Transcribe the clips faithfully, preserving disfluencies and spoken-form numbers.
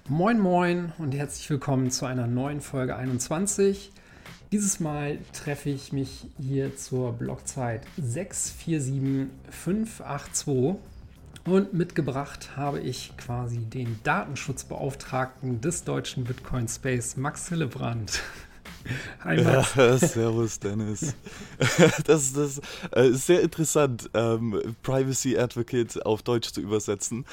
Moin Moin und herzlich willkommen zu einer neuen Folge einundzwanzig. Dieses Mal treffe ich mich hier zur Blockzeit sechs vier sieben fünf acht zwei und mitgebracht habe ich quasi den Datenschutzbeauftragten des deutschen Bitcoin Space, Max Hillebrand. Hi Max. Ja, servus Dennis. Das, das äh, ist sehr interessant, ähm, Privacy Advocate auf Deutsch zu übersetzen.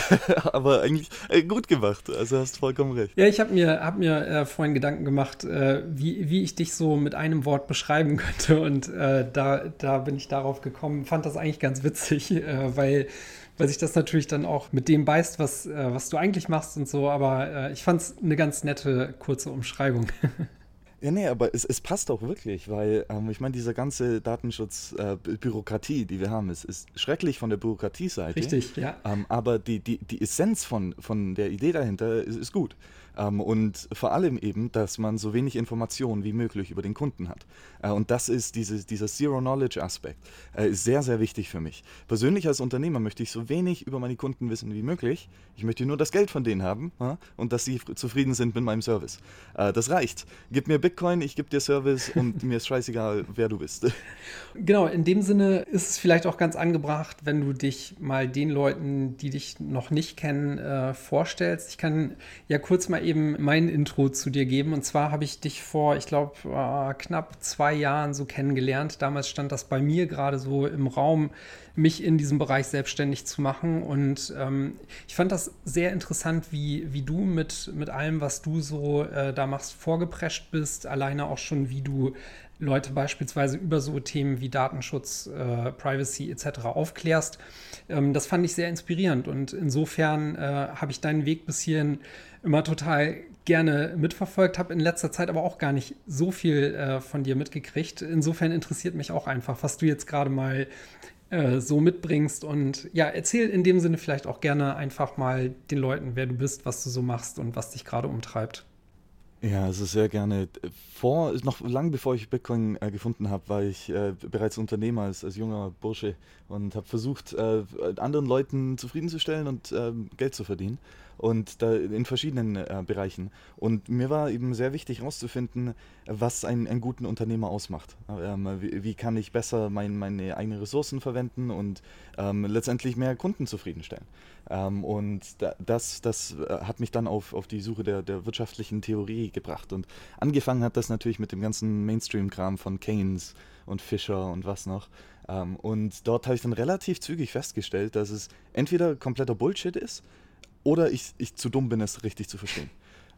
Aber eigentlich äh, gut gemacht, also hast vollkommen recht. Ja, ich habe mir, hab mir äh, vorhin Gedanken gemacht, äh, wie, wie ich dich so mit einem Wort beschreiben könnte. Und äh, da, da bin ich darauf gekommen, fand das eigentlich ganz witzig, äh, weil, weil sich das natürlich dann auch mit dem beißt, was, äh, was du eigentlich machst und so. Aber äh, ich fand es eine ganz nette, kurze Umschreibung. Ja, nee, aber es, es passt auch wirklich, weil ähm, ich meine, diese ganze Datenschutz-Bürokratie, äh, die wir haben, ist, ist schrecklich von der Bürokratieseite. Richtig, ja. Ähm, aber die, die, die Essenz von, von der Idee dahinter ist, ist gut. Ähm, und vor allem eben, dass man so wenig Informationen wie möglich über den Kunden hat. Äh, und das ist dieses, dieser Zero-Knowledge-Aspekt, äh, ist sehr, sehr wichtig für mich. Persönlich als Unternehmer möchte ich so wenig über meine Kunden wissen wie möglich. Ich möchte nur das Geld von denen haben, ja, und dass sie zufrieden sind mit meinem Service. Äh, das reicht. Gib mir Bitcoin, ich gebe dir Service und mir ist scheißegal, wer du bist. Genau, in dem Sinne ist es vielleicht auch ganz angebracht, wenn du dich mal den Leuten, die dich noch nicht kennen, äh, vorstellst. Ich kann ja kurz mal eben mein Intro zu dir geben. Und zwar habe ich dich vor, ich glaube, äh, knapp zwei Jahren so kennengelernt. Damals stand das bei mir gerade so im Raum, mich in diesem Bereich selbstständig zu machen. Und ähm, ich fand das sehr interessant, wie, wie du mit, mit allem, was du so äh, da machst, vorgeprescht bist. Alleine auch schon, wie du Leute beispielsweise über so Themen wie Datenschutz, äh, Privacy et cetera aufklärst. Ähm, das fand ich sehr inspirierend und insofern äh, habe ich deinen Weg bis hierhin immer total gerne mitverfolgt, habe in letzter Zeit aber auch gar nicht so viel äh, von dir mitgekriegt. Insofern interessiert mich auch einfach, was du jetzt gerade mal äh, so mitbringst und ja, erzähl in dem Sinne vielleicht auch gerne einfach mal den Leuten, wer du bist, was du so machst und was dich gerade umtreibt. Ja, also sehr gerne. Vor, noch lang bevor ich Bitcoin äh, gefunden habe, war ich äh, bereits Unternehmer als, als junger Bursche und habe versucht, äh, anderen Leuten zufriedenzustellen und ähm, Geld zu verdienen. Und da in verschiedenen äh, Bereichen. Und mir war eben sehr wichtig herauszufinden, was einen, einen guten Unternehmer ausmacht. Ähm, wie, wie kann ich besser mein, meine eigenen Ressourcen verwenden und ähm, letztendlich mehr Kunden zufriedenstellen. Ähm, und da, das, das hat mich dann auf, auf die Suche der, der wirtschaftlichen Theorie gebracht. Und angefangen hat das natürlich mit dem ganzen Mainstream-Kram von Keynes und Fischer und was noch. Ähm, und dort habe ich dann relativ zügig festgestellt, dass es entweder kompletter Bullshit ist, oder ich, ich zu dumm bin, es richtig zu verstehen.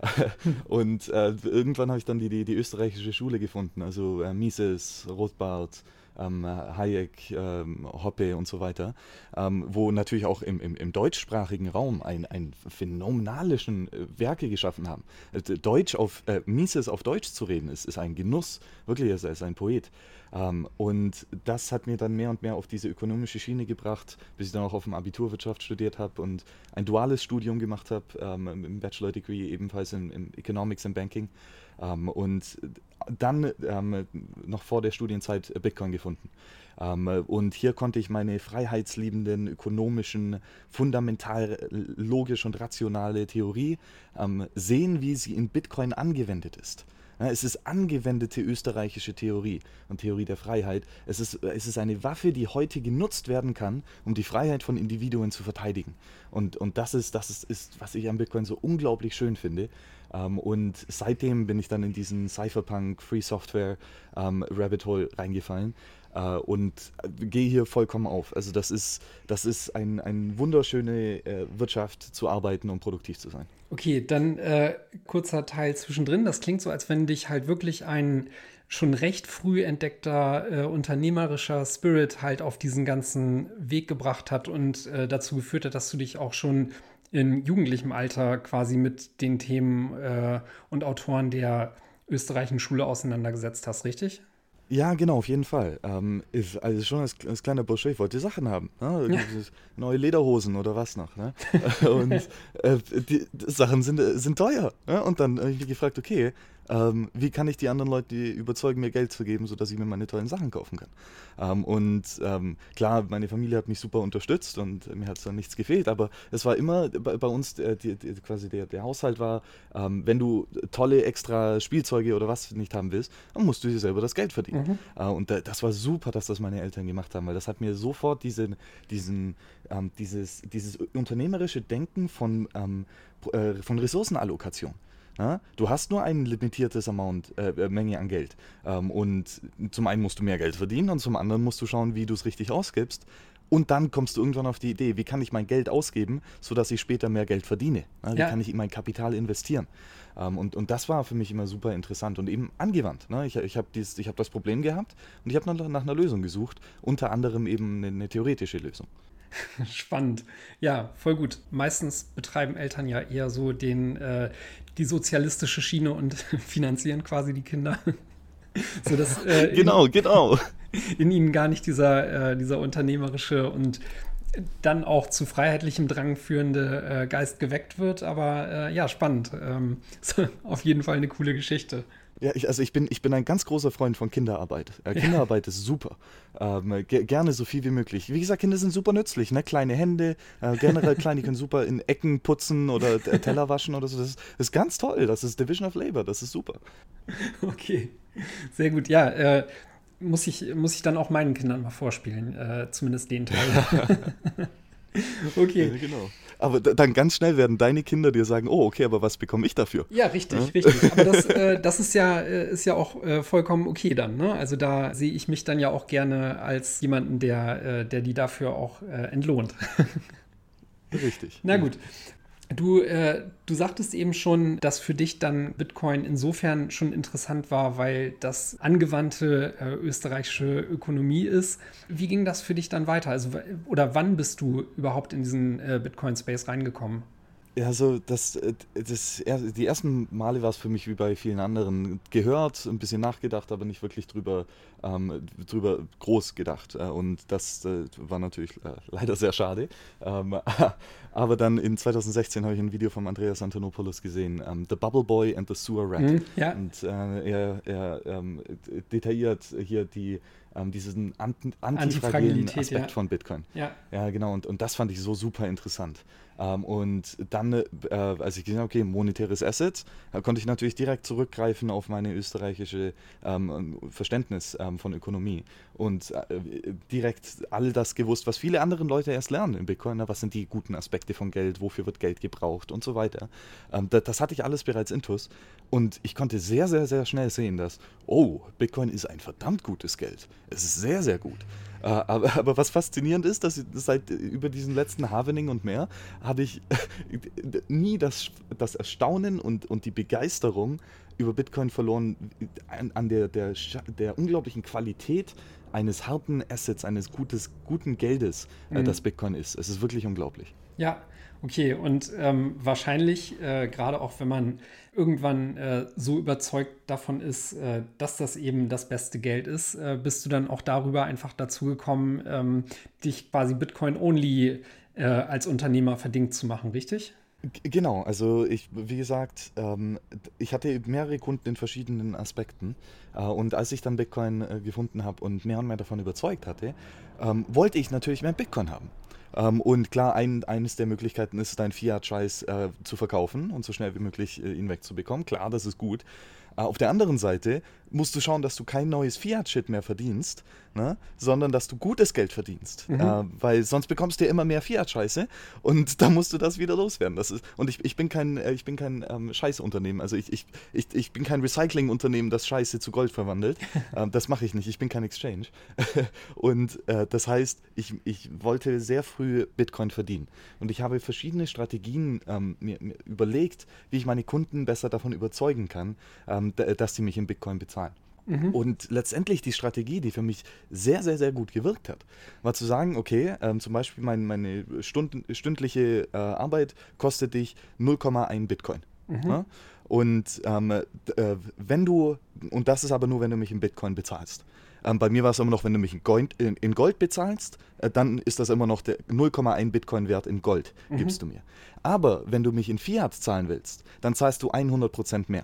Und äh, irgendwann habe ich dann die, die, die österreichische Schule gefunden, also äh, Mises, Rothbard, ähm, Hayek, ähm, Hoppe und so weiter, ähm, wo natürlich auch im, im, im deutschsprachigen Raum ein, ein phänomenalischen äh, Werke geschaffen haben. Also Deutsch auf, äh, Mises auf Deutsch zu reden, ist, ist ein Genuss, wirklich, er ist ein Poet. Ähm, und das hat mir dann mehr und mehr auf diese ökonomische Schiene gebracht, bis ich dann auch auf dem Abitur Wirtschaft studiert habe und ein duales Studium gemacht habe, ähm, im Bachelor Degree ebenfalls in, in Economics and Banking. Ähm, und dann ähm, noch vor der Studienzeit Bitcoin gefunden. Ähm, und hier konnte ich meine freiheitsliebenden, ökonomischen, fundamental logisch und rationale Theorie ähm, sehen, wie sie in Bitcoin angewendet ist. Ja, es ist angewendete österreichische Theorie und Theorie der Freiheit. Es ist, es ist eine Waffe, die heute genutzt werden kann, um die Freiheit von Individuen zu verteidigen. Und, und das, ist, das ist, ist, was ich am Bitcoin so unglaublich schön finde. Ähm, und seitdem bin ich dann in diesen Cypherpunk, Free Software ähm, Rabbit Hole reingefallen. Uh, und gehe hier vollkommen auf. Also das ist, das ist ein, eine wunderschöne äh, Wirtschaft zu arbeiten und produktiv zu sein. Okay, dann äh, kurzer Teil zwischendrin. Das klingt so, als wenn dich halt wirklich ein schon recht früh entdeckter äh, unternehmerischer Spirit halt auf diesen ganzen Weg gebracht hat und äh, dazu geführt hat, dass du dich auch schon in jugendlichem Alter quasi mit den Themen äh, und Autoren der österreichischen Schule auseinandergesetzt hast, richtig? Ja, genau, auf jeden Fall. Ähm, ist, also schon als, als kleiner Bursche, ich wollte Sachen haben. Ne? Ja. Neue Lederhosen oder was noch. Ne? Und äh, die, die Sachen sind, sind teuer. Ne? Und dann habe ich mich gefragt, okay, ähm, wie kann ich die anderen Leute überzeugen, mir Geld zu geben, sodass ich mir meine tollen Sachen kaufen kann. Ähm, und ähm, klar, meine Familie hat mich super unterstützt und mir hat es dann nichts gefehlt, aber es war immer bei, bei uns, äh, die, die, quasi der, der Haushalt war, ähm, wenn du tolle extra Spielzeuge oder was nicht haben willst, dann musst du dir selber das Geld verdienen. Mhm. Äh, und da, das war super, dass das meine Eltern gemacht haben, weil das hat mir sofort diesen, diesen, ähm, dieses, dieses unternehmerische Denken von, ähm, äh, von Ressourcenallokation. Ja? Du hast nur ein limitiertes Amount, äh, Menge an Geld. Ähm, und zum einen musst du mehr Geld verdienen und zum anderen musst du schauen, wie du es richtig ausgibst. Und dann kommst du irgendwann auf die Idee, wie kann ich mein Geld ausgeben, sodass ich später mehr Geld verdiene? Ja, wie ja. kann ich in mein Kapital investieren? Ähm, und, und das war für mich immer super interessant und eben angewandt. Ne? Ich, ich habe hab das Problem gehabt und ich habe nach, nach einer Lösung gesucht, unter anderem eben eine, eine theoretische Lösung. Spannend. Ja, voll gut. Meistens betreiben Eltern ja eher so den, äh, die sozialistische Schiene und finanzieren quasi die Kinder. so dass, äh, genau, in, genau. In ihnen gar nicht dieser, äh, dieser unternehmerische und dann auch zu freiheitlichem Drang führende äh, Geist geweckt wird. Aber äh, ja, spannend. Ähm, auf jeden Fall eine coole Geschichte. Ja, ich, also ich bin, ich bin ein ganz großer Freund von Kinderarbeit. Äh, Kinderarbeit ja. ist super. Ähm, ge- gerne so viel wie möglich. Wie gesagt, Kinder sind super nützlich. Ne? Kleine Hände, äh, generell klein, die können super in Ecken putzen oder äh, Teller waschen oder so. Das ist, das ist ganz toll. Das ist Division of Labor. Das ist super. Okay, sehr gut. Ja, äh, muss ich, muss ich dann auch meinen Kindern mal vorspielen. Äh, zumindest den Teil. Okay. Ja, genau. Aber d- dann ganz schnell werden deine Kinder dir sagen, oh, okay, aber was bekomme ich dafür? Ja, richtig, ja? richtig. Aber das, äh, das ist ja, äh, ist ja auch äh, vollkommen okay dann. Ne? Also da sehe ich mich dann ja auch gerne als jemanden, der, äh, der die dafür auch äh, entlohnt. Richtig. Na gut. Du, äh, du sagtest eben schon, dass für dich dann Bitcoin insofern schon interessant war, weil das angewandte äh, österreichische Ökonomie ist. Wie ging das für dich dann weiter? Also, oder wann bist du überhaupt in diesen äh, Bitcoin-Space reingekommen? Ja, also das, das, die ersten Male war es für mich wie bei vielen anderen gehört, ein bisschen nachgedacht, aber nicht wirklich drüber, ähm, drüber groß gedacht. Und das äh, war natürlich äh, leider sehr schade. Ähm, aber dann in zwanzig sechzehn habe ich ein Video von Andreas Antonopoulos gesehen, um, The Bubble Boy and the Sewer Rat. Mhm, ja. Und äh, er, er ähm, detailliert hier die Ähm, diesen ant- antifragilen Aspekt ja. von Bitcoin. Ja, ja genau. Und, und das fand ich so super interessant. Ähm, und dann, äh, als ich gesehen habe, okay, monetäres Asset, da konnte ich natürlich direkt zurückgreifen auf meine österreichische ähm, Verständnis ähm, von Ökonomie. Und äh, direkt all das gewusst, was viele andere Leute erst lernen in Bitcoin. Ne? Was sind die guten Aspekte von Geld, wofür wird Geld gebraucht und so weiter. Ähm, das, das hatte ich alles bereits intus. Und ich konnte sehr, sehr, sehr schnell sehen, dass, oh, Bitcoin ist ein verdammt gutes Geld. Es ist sehr, sehr gut. Äh, aber, aber was faszinierend ist, dass ich, seit über diesen letzten Halvening und mehr habe ich nie das, das Erstaunen und, und die Begeisterung über Bitcoin verloren an, an der, der, der unglaublichen Qualität eines harten Assets, eines gutes, guten Geldes, äh, mhm. das Bitcoin ist. Es ist wirklich unglaublich. Ja, okay. Und ähm, wahrscheinlich, äh, gerade auch wenn man irgendwann äh, so überzeugt davon ist, äh, dass das eben das beste Geld ist, äh, bist du dann auch darüber einfach dazu gekommen, ähm, dich quasi Bitcoin-only äh, als Unternehmer verdingt zu machen, richtig? G- Genau, also ich, wie gesagt, ähm, ich hatte mehrere Kunden in verschiedenen Aspekten äh, und als ich dann Bitcoin äh, gefunden habe und mehr und mehr davon überzeugt hatte, ähm, wollte ich natürlich mehr Bitcoin haben. Ähm, und klar, ein, eines der Möglichkeiten ist, deinen Fiat-Scheiß äh, zu verkaufen und so schnell wie möglich äh, ihn wegzubekommen. Klar, das ist gut. Äh, auf der anderen Seite musst du schauen, dass du kein neues Fiat-Shit mehr verdienst, ne? Sondern dass du gutes Geld verdienst. Mhm. Äh, weil sonst bekommst du ja immer mehr Fiat-Scheiße und da musst du das wieder loswerden. Das ist, und ich, ich bin kein, äh, ich bin kein ähm, Scheißunternehmen. Also ich, ich, ich, ich bin kein Recycling-Unternehmen, das Scheiße zu Gold verwandelt. äh, das mache ich nicht. Ich bin kein Exchange. und äh, das heißt, ich, ich wollte sehr früh Bitcoin verdienen. Und ich habe verschiedene Strategien ähm, mir, mir überlegt, wie ich meine Kunden besser davon überzeugen kann, ähm, d- dass sie mich in Bitcoin bezahlen. Mhm. Und letztendlich die Strategie, die für mich sehr, sehr, sehr gut gewirkt hat, war zu sagen, okay, ähm, zum Beispiel mein, meine Stunden, stündliche äh, Arbeit kostet dich null Komma eins Bitcoin. Mhm. Ja? Und ähm, äh, wenn du, und das ist aber nur, wenn du mich in Bitcoin bezahlst. Ähm, bei mir war es immer noch, wenn du mich in Gold, in, in Gold bezahlst, äh, dann ist das immer noch der null Komma eins Bitcoin wert in Gold, mhm. gibst du mir. Aber wenn du mich in Fiat zahlen willst, dann zahlst du hundert Prozent mehr.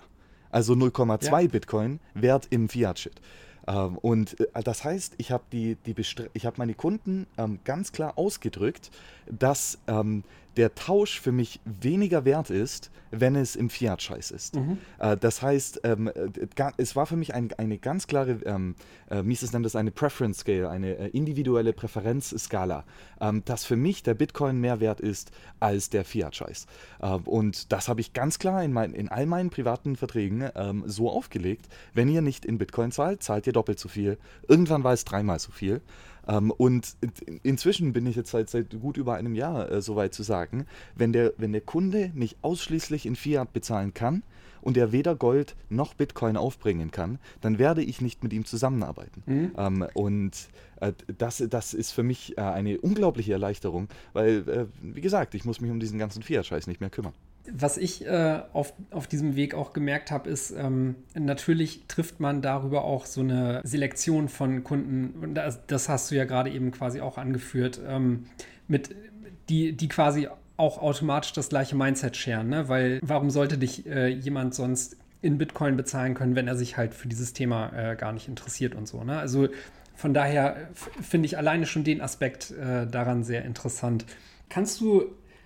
also null Komma zwei Ja. Bitcoin wert im Fiat-Shit. Ähm, und äh, das heißt, ich habe die, die Bestre- ich habe meine Kunden ähm, ganz klar ausgedrückt, dass ähm, der Tausch für mich weniger wert ist, wenn es im Fiat-Scheiß ist. Mhm. Äh, das heißt, ähm, äh, ga- es war für mich ein, eine ganz klare, ähm, äh, Mises nennt das eine Preference Scale, eine äh, individuelle Präferenzskala, ähm, dass für mich der Bitcoin mehr wert ist als der Fiat-Scheiß. Äh, und das habe ich ganz klar in, mein, in all meinen privaten Verträgen ähm, so aufgelegt. Wenn ihr nicht in Bitcoin zahlt, zahlt ihr doppelt so viel. Irgendwann war es dreimal so viel. Ähm, und in- inzwischen bin ich jetzt seit, seit gut über einem Jahr äh, so weit zu sagen, wenn der, wenn der Kunde nicht ausschließlich in Fiat bezahlen kann und er weder Gold noch Bitcoin aufbringen kann, dann werde ich nicht mit ihm zusammenarbeiten. Mhm. Ähm, und äh, das, das ist für mich äh, eine unglaubliche Erleichterung, weil, äh, wie gesagt, ich muss mich um diesen ganzen Fiat-Scheiß nicht mehr kümmern. Was ich äh, auf, auf diesem Weg auch gemerkt habe, ist, ähm, natürlich trifft man darüber auch so eine Selektion von Kunden, und das, das hast du ja gerade eben quasi auch angeführt, ähm, mit, die, die quasi auch automatisch das gleiche Mindset scheren, ne? Weil warum sollte dich äh, jemand sonst in Bitcoin bezahlen können, wenn er sich halt für dieses Thema äh, gar nicht interessiert und so, ne? Also von daher f- finde ich alleine schon den Aspekt äh, daran sehr interessant. Kannst du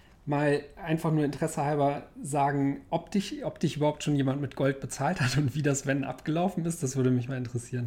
mal einfach nur Interesse halber sagen, ob dich, ob dich überhaupt schon jemand mit Gold bezahlt hat und wie das, wenn, abgelaufen ist? Das würde mich mal interessieren.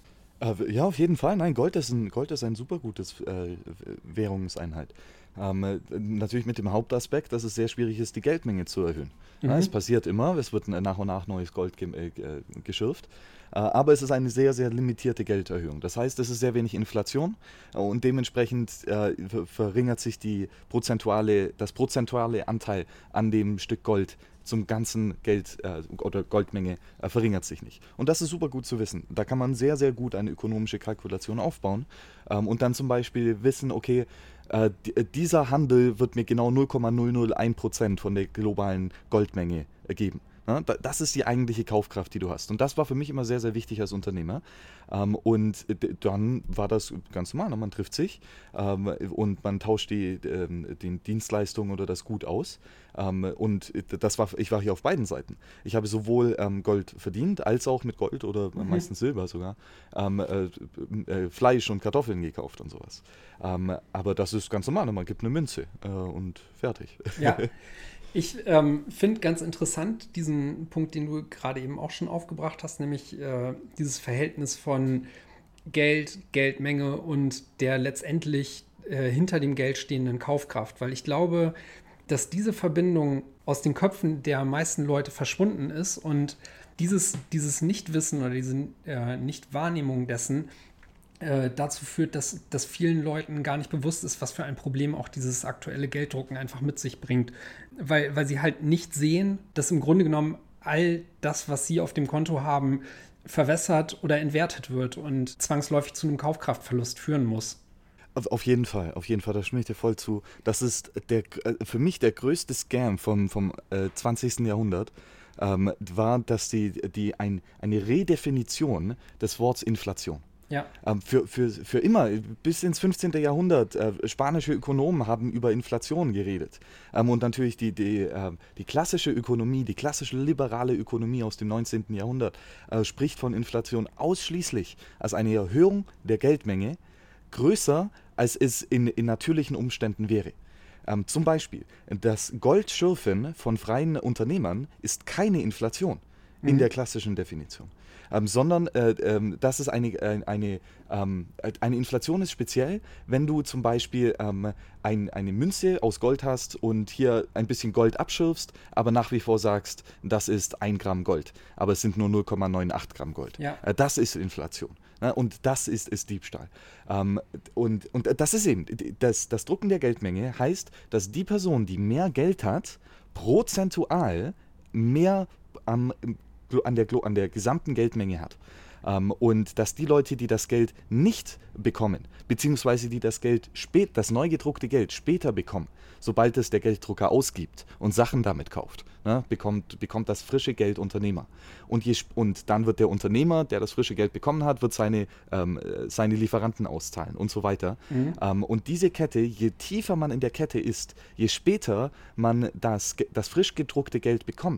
Äh, Ja, auf jeden Fall. Nein, Gold ist ein, Gold ist ein super gutes äh, Währungseinheit. Ähm, äh, natürlich mit dem Hauptaspekt, dass es sehr schwierig ist, die Geldmenge zu erhöhen. Ja, es Mhm. passiert immer, es wird nach und nach neues Gold gem- äh, äh, geschürft. Äh, aber es ist eine sehr, sehr limitierte Gelderhöhung. Das heißt, es ist sehr wenig Inflation äh, und dementsprechend äh, ver- verringert sich die prozentuale, das prozentuale Anteil an dem Stück Gold zum ganzen Geld äh, oder Goldmenge äh, verringert sich nicht. Und das ist super gut zu wissen. Da kann man sehr, sehr gut eine ökonomische Kalkulation aufbauen ähm, und dann zum Beispiel wissen, okay, äh, di- äh, dieser Handel wird mir genau null Komma null null eins Prozent von der globalen Goldmenge ergeben. Ja, da- das ist die eigentliche Kaufkraft, die du hast. Und das war für mich immer sehr, sehr wichtig als Unternehmer. Ähm, und d- dann war das ganz normal. Man trifft sich ähm, und man tauscht die, ähm, die Dienstleistungen oder das Gut aus. Ähm, und das war, ich war hier auf beiden Seiten. Ich habe sowohl ähm, Gold verdient, als auch mit Gold oder Mhm. meistens Silber sogar ähm, äh, äh, Fleisch und Kartoffeln gekauft und sowas. Ähm, aber das ist ganz normal. Man gibt eine Münze äh, und fertig. Ja, ich ähm, finde ganz interessant diesen Punkt, den du gerade eben auch schon aufgebracht hast, nämlich äh, dieses Verhältnis von Geld, Geldmenge und der letztendlich äh, hinter dem Geld stehenden Kaufkraft. Weil ich glaube, dass diese Verbindung aus den Köpfen der meisten Leute verschwunden ist und dieses, dieses Nichtwissen oder diese äh, Nichtwahrnehmung dessen äh, dazu führt, dass, dass vielen Leuten gar nicht bewusst ist, was für ein Problem auch dieses aktuelle Gelddrucken einfach mit sich bringt. Weil, weil sie halt nicht sehen, dass im Grunde genommen all das, was sie auf dem Konto haben, verwässert oder entwertet wird und zwangsläufig zu einem Kaufkraftverlust führen muss. Auf, auf jeden Fall, auf jeden Fall, da stimme ich dir voll zu. Das ist der, äh, für mich der größte Scam vom, vom äh, zwanzigsten. Jahrhundert, ähm, war, dass die, die ein, eine Redefinition des Wortes Inflation. Ja. Ähm, für, für, für immer, bis ins fünfzehnten. Jahrhundert, äh, spanische Ökonomen haben über Inflation geredet. Ähm, und natürlich die, die, äh, die klassische Ökonomie, die klassische liberale Ökonomie aus dem neunzehnten. Jahrhundert äh, spricht von Inflation ausschließlich als eine Erhöhung der Geldmenge, größer als es in, in natürlichen Umständen wäre. Ähm, zum Beispiel, das Goldschürfen von freien Unternehmern ist keine Inflation in Mhm. der klassischen Definition, ähm, sondern äh, ähm, das ist eine, äh, eine, ähm, eine Inflation ist speziell, wenn du zum Beispiel ähm, ein, eine Münze aus Gold hast und hier ein bisschen Gold abschürfst, aber nach wie vor sagst, das ist ein Gramm Gold, aber es sind nur null Komma neunundachtzig Gramm Gold. Ja. Äh, das ist Inflation. Ne? Und das ist, ist Diebstahl. Ähm, und, und das ist eben, das, das Drucken der Geldmenge heißt, dass die Person, die mehr Geld hat, prozentual mehr am, an, der, an der gesamten Geldmenge hat. Ähm, und dass die Leute, die das Geld nicht bekommen, beziehungsweise die das Geld spät, das neu gedruckte Geld später bekommen, sobald es der Gelddrucker ausgibt und Sachen damit kauft, ne, bekommt, bekommt das frische Geld Unternehmer. Und, je, und dann wird der Unternehmer, der das frische Geld bekommen hat, wird seine, ähm, seine Lieferanten auszahlen und so weiter. Mhm. Ähm, und diese Kette, je tiefer man in der Kette ist, je später man das, das frisch gedruckte Geld bekommt,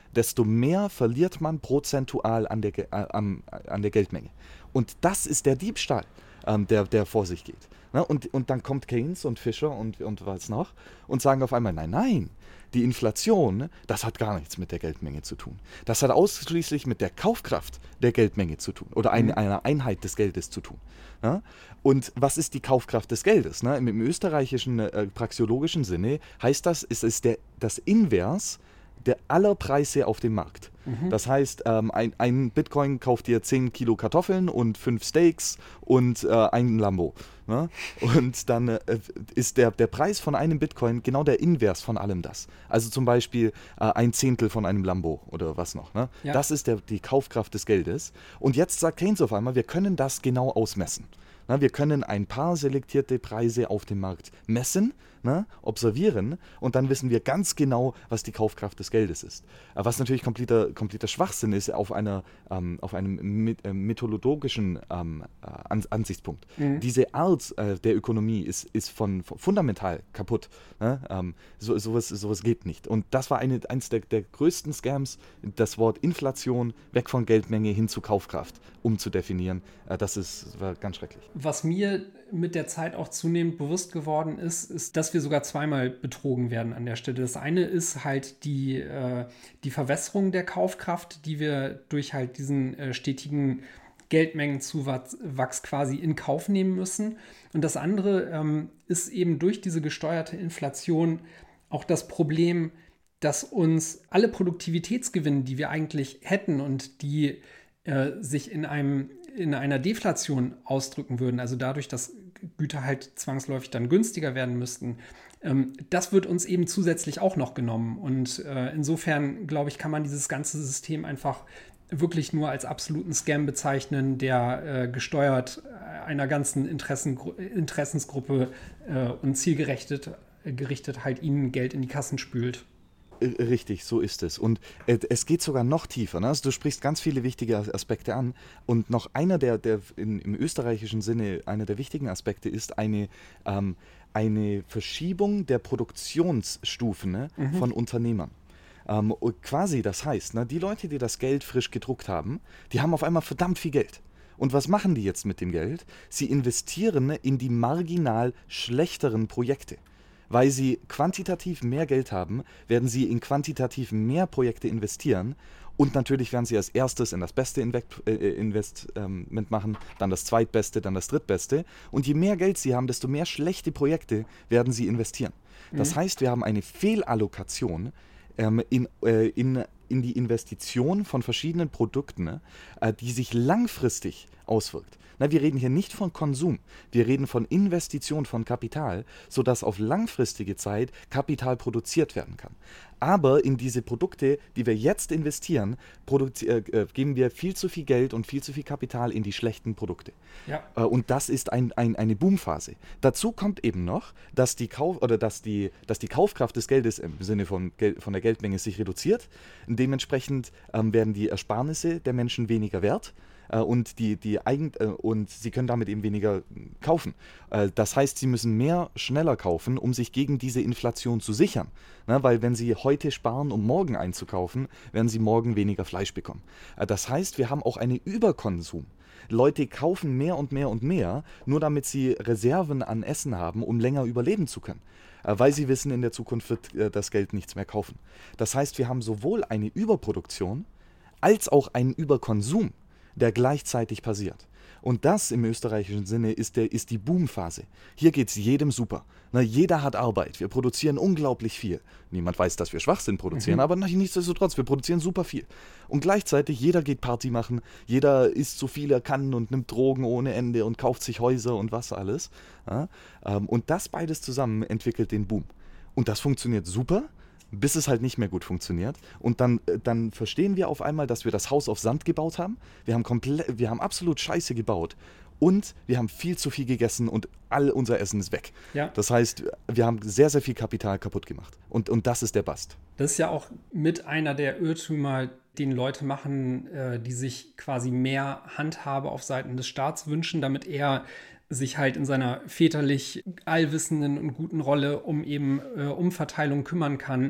desto mehr verliert man prozentual an der, Ge- äh, am- an der Geldmenge. Und das ist der Diebstahl, ähm, der, der vor sich geht. Ne? Und, und dann kommt Keynes und Fischer und, und was noch und sagen auf einmal, nein, nein, die Inflation, ne, das hat gar nichts mit der Geldmenge zu tun. Das hat ausschließlich mit der Kaufkraft der Geldmenge zu tun oder ein, Mhm. einer Einheit des Geldes zu tun. Ne? Und was ist die Kaufkraft des Geldes? Ne? Im, Im österreichischen äh, praxeologischen Sinne heißt das, es ist der, das Invers der aller Preise auf dem Markt. Mhm. Das heißt, ähm, ein, ein Bitcoin kauft dir zehn Kilo Kartoffeln und fünf Steaks und äh, ein Lambo. Ne? Und dann äh, ist der, der Preis von einem Bitcoin genau der Invers von allem das. Also zum Beispiel äh, ein Zehntel von einem Lambo oder was noch. Ne? Ja. Das ist der, die Kaufkraft des Geldes. Und jetzt sagt Keynes auf einmal, wir können das genau ausmessen. Na, wir können ein paar selektierte Preise auf dem Markt messen, ne, observieren und dann wissen wir ganz genau, was die Kaufkraft des Geldes ist. Äh, Was natürlich kompletter, kompletter Schwachsinn ist auf, einer, ähm, auf einem mit, äh, methodologischen ähm, äh, An Ansichtspunkt. Mhm. Diese Art äh, der Ökonomie ist, ist von, von fundamental kaputt. Ne? Ähm, so, sowas, sowas geht nicht. Und das war eine, eines der, der größten Scams, das Wort Inflation weg von Geldmenge hin zu Kaufkraft umzudefinieren. Äh, das ist, war ganz schrecklich. Was mir mit der Zeit auch zunehmend bewusst geworden ist, ist, dass wir sogar zweimal betrogen werden an der Stelle. Das eine ist halt die, äh, die Verwässerung der Kaufkraft, die wir durch halt diesen äh, stetigen Geldmengenzuwachs quasi in Kauf nehmen müssen. Und das andere ähm, ist eben durch diese gesteuerte Inflation auch das Problem, dass uns alle Produktivitätsgewinne, die wir eigentlich hätten und die äh, sich in einem in einer Deflation ausdrücken würden, also dadurch, dass Güter halt zwangsläufig dann günstiger werden müssten, ähm, das wird uns eben zusätzlich auch noch genommen. Und äh, insofern, glaube ich, kann man dieses ganze System einfach wirklich nur als absoluten Scam bezeichnen, der äh, gesteuert einer ganzen Interessengru Interessensgruppe äh, und zielgerichtet äh, gerichtet halt ihnen Geld in die Kassen spült. Richtig, so ist es. Und äh, es geht sogar noch tiefer. Ne? Also du sprichst ganz viele wichtige Aspekte an. Und noch einer der, der in, im österreichischen Sinne, einer der wichtigen Aspekte ist eine, ähm, eine Verschiebung der Produktionsstufen, ne, Mhm. von Unternehmern. Ähm, und quasi, das heißt, ne, die Leute, die das Geld frisch gedruckt haben, die haben auf einmal verdammt viel Geld. Und was machen die jetzt mit dem Geld? Sie investieren in die marginal schlechteren Projekte. Weil sie quantitativ mehr Geld haben, werden sie in quantitativ mehr Projekte investieren und natürlich werden sie als erstes in das beste Inve- äh, Investment machen, dann das zweitbeste, dann das drittbeste. Und je mehr Geld sie haben, desto mehr schlechte Projekte werden sie investieren. Das Mhm. heißt, wir haben eine Fehlallokation ähm, in, äh, in, in die Investition von verschiedenen Produkten, ne, äh, die sich langfristig auswirkt. Na, wir reden hier nicht von Konsum, wir reden von Investition von Kapital, sodass auf langfristige Zeit Kapital produziert werden kann. Aber in diese Produkte, die wir jetzt investieren, produzi- äh, äh, geben wir viel zu viel Geld und viel zu viel Kapital in die schlechten Produkte. Ja. Äh, und das ist ein, ein, eine Boomphase. Dazu kommt eben noch, dass die, Kauf oder dass die, dass die Kaufkraft des Geldes im Sinne von, Gel von der Geldmenge sich reduziert. Dementsprechend ähm, werden die Ersparnisse der Menschen weniger wert. Und, die, die Eigen äh, und sie können damit eben weniger kaufen. Äh, das heißt, sie müssen mehr schneller kaufen, um sich gegen diese Inflation zu sichern. Na, weil wenn sie heute sparen, um morgen einzukaufen, werden sie morgen weniger Fleisch bekommen. Äh, das heißt, wir haben auch einen Überkonsum. Leute kaufen mehr und mehr und mehr, nur damit sie Reserven an Essen haben, um länger überleben zu können. Äh, weil sie wissen, in der Zukunft wird äh, das Geld nichts mehr kaufen. Das heißt, wir haben sowohl eine Überproduktion als auch einen Überkonsum, der gleichzeitig passiert. Und das im österreichischen Sinne ist, der, ist die Boomphase. Hier geht es jedem super. Na, jeder hat Arbeit. Wir produzieren unglaublich viel. Niemand weiß, dass wir Schwachsinn produzieren, Mhm. aber nichtsdestotrotz, wir produzieren super viel. Und gleichzeitig, jeder geht Party machen, jeder isst so viel er kann und nimmt Drogen ohne Ende und kauft sich Häuser und was alles. Ja, ähm, und das beides zusammen entwickelt den Boom. Und das funktioniert super, bis es halt nicht mehr gut funktioniert. Und dann, äh, dann verstehen wir auf einmal, dass wir das Haus auf Sand gebaut haben. Wir haben, komple- wir haben absolut Scheiße gebaut. Und wir haben viel zu viel gegessen und all unser Essen ist weg. Ja. Das heißt, wir haben sehr, sehr viel Kapital kaputt gemacht. Und, und das ist der Bast. Das ist ja auch mit einer der Irrtümer, den Leute machen, äh, die sich quasi mehr Handhabe auf Seiten des Staats wünschen, damit er sich halt in seiner väterlich allwissenden und guten Rolle um eben äh, Umverteilung kümmern kann,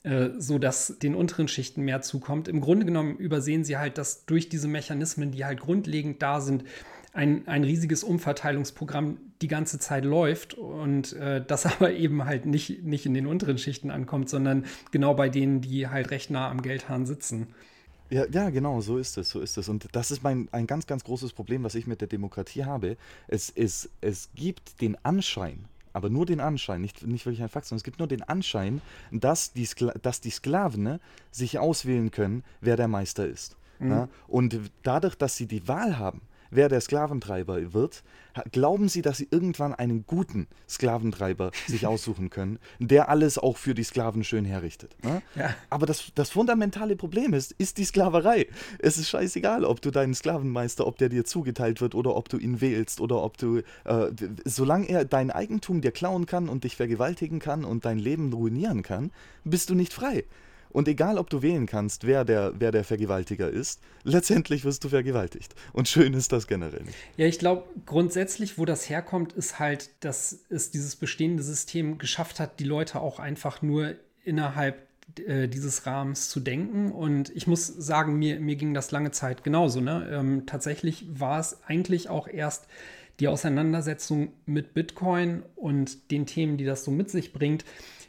äh, sodass den unteren Schichten mehr zukommt. Im Grunde genommen übersehen sie halt, dass durch diese Mechanismen, die halt grundlegend da sind, ein, ein riesiges Umverteilungsprogramm die ganze Zeit läuft und äh, das aber eben halt nicht, nicht in den unteren Schichten ankommt, sondern genau bei denen, die halt recht nah am Geldhahn sitzen. Ja, ja, genau, so ist es, so ist es. Und das ist mein, ein ganz, ganz großes Problem, was ich mit der Demokratie habe. Es, es, es gibt den Anschein, aber nur den Anschein, nicht, nicht wirklich ein Fakt, sondern es gibt nur den Anschein, dass die, Skla dass die Sklaven, ne, sich auswählen können, wer der Meister ist. Mhm. Ja? Und dadurch, dass sie die Wahl haben, wer der Sklaventreiber wird, ha- glauben sie, dass sie irgendwann einen guten Sklaventreiber sich aussuchen können, der alles auch für die Sklaven schön herrichtet. Ne? Ja. Aber das, das fundamentale Problem ist, ist die Sklaverei. Es ist scheißegal, ob du deinen Sklavenmeister, ob der dir zugeteilt wird oder ob du ihn wählst oder ob du, äh, solange er dein Eigentum dir klauen kann und dich vergewaltigen kann und dein Leben ruinieren kann, bist du nicht frei. Und egal, ob du wählen kannst, wer der, wer der Vergewaltiger ist, letztendlich wirst du vergewaltigt. Und schön ist das generell nicht. Ja, ich glaube, grundsätzlich, wo das herkommt, ist halt, dass es dieses bestehende System geschafft hat, die Leute auch einfach nur innerhalb äh, dieses Rahmens zu denken. Und ich muss sagen, mir, mir ging das lange Zeit genauso. Ne? Ähm, tatsächlich war es eigentlich auch erst die Auseinandersetzung mit Bitcoin und den Themen, die das so mit sich bringt,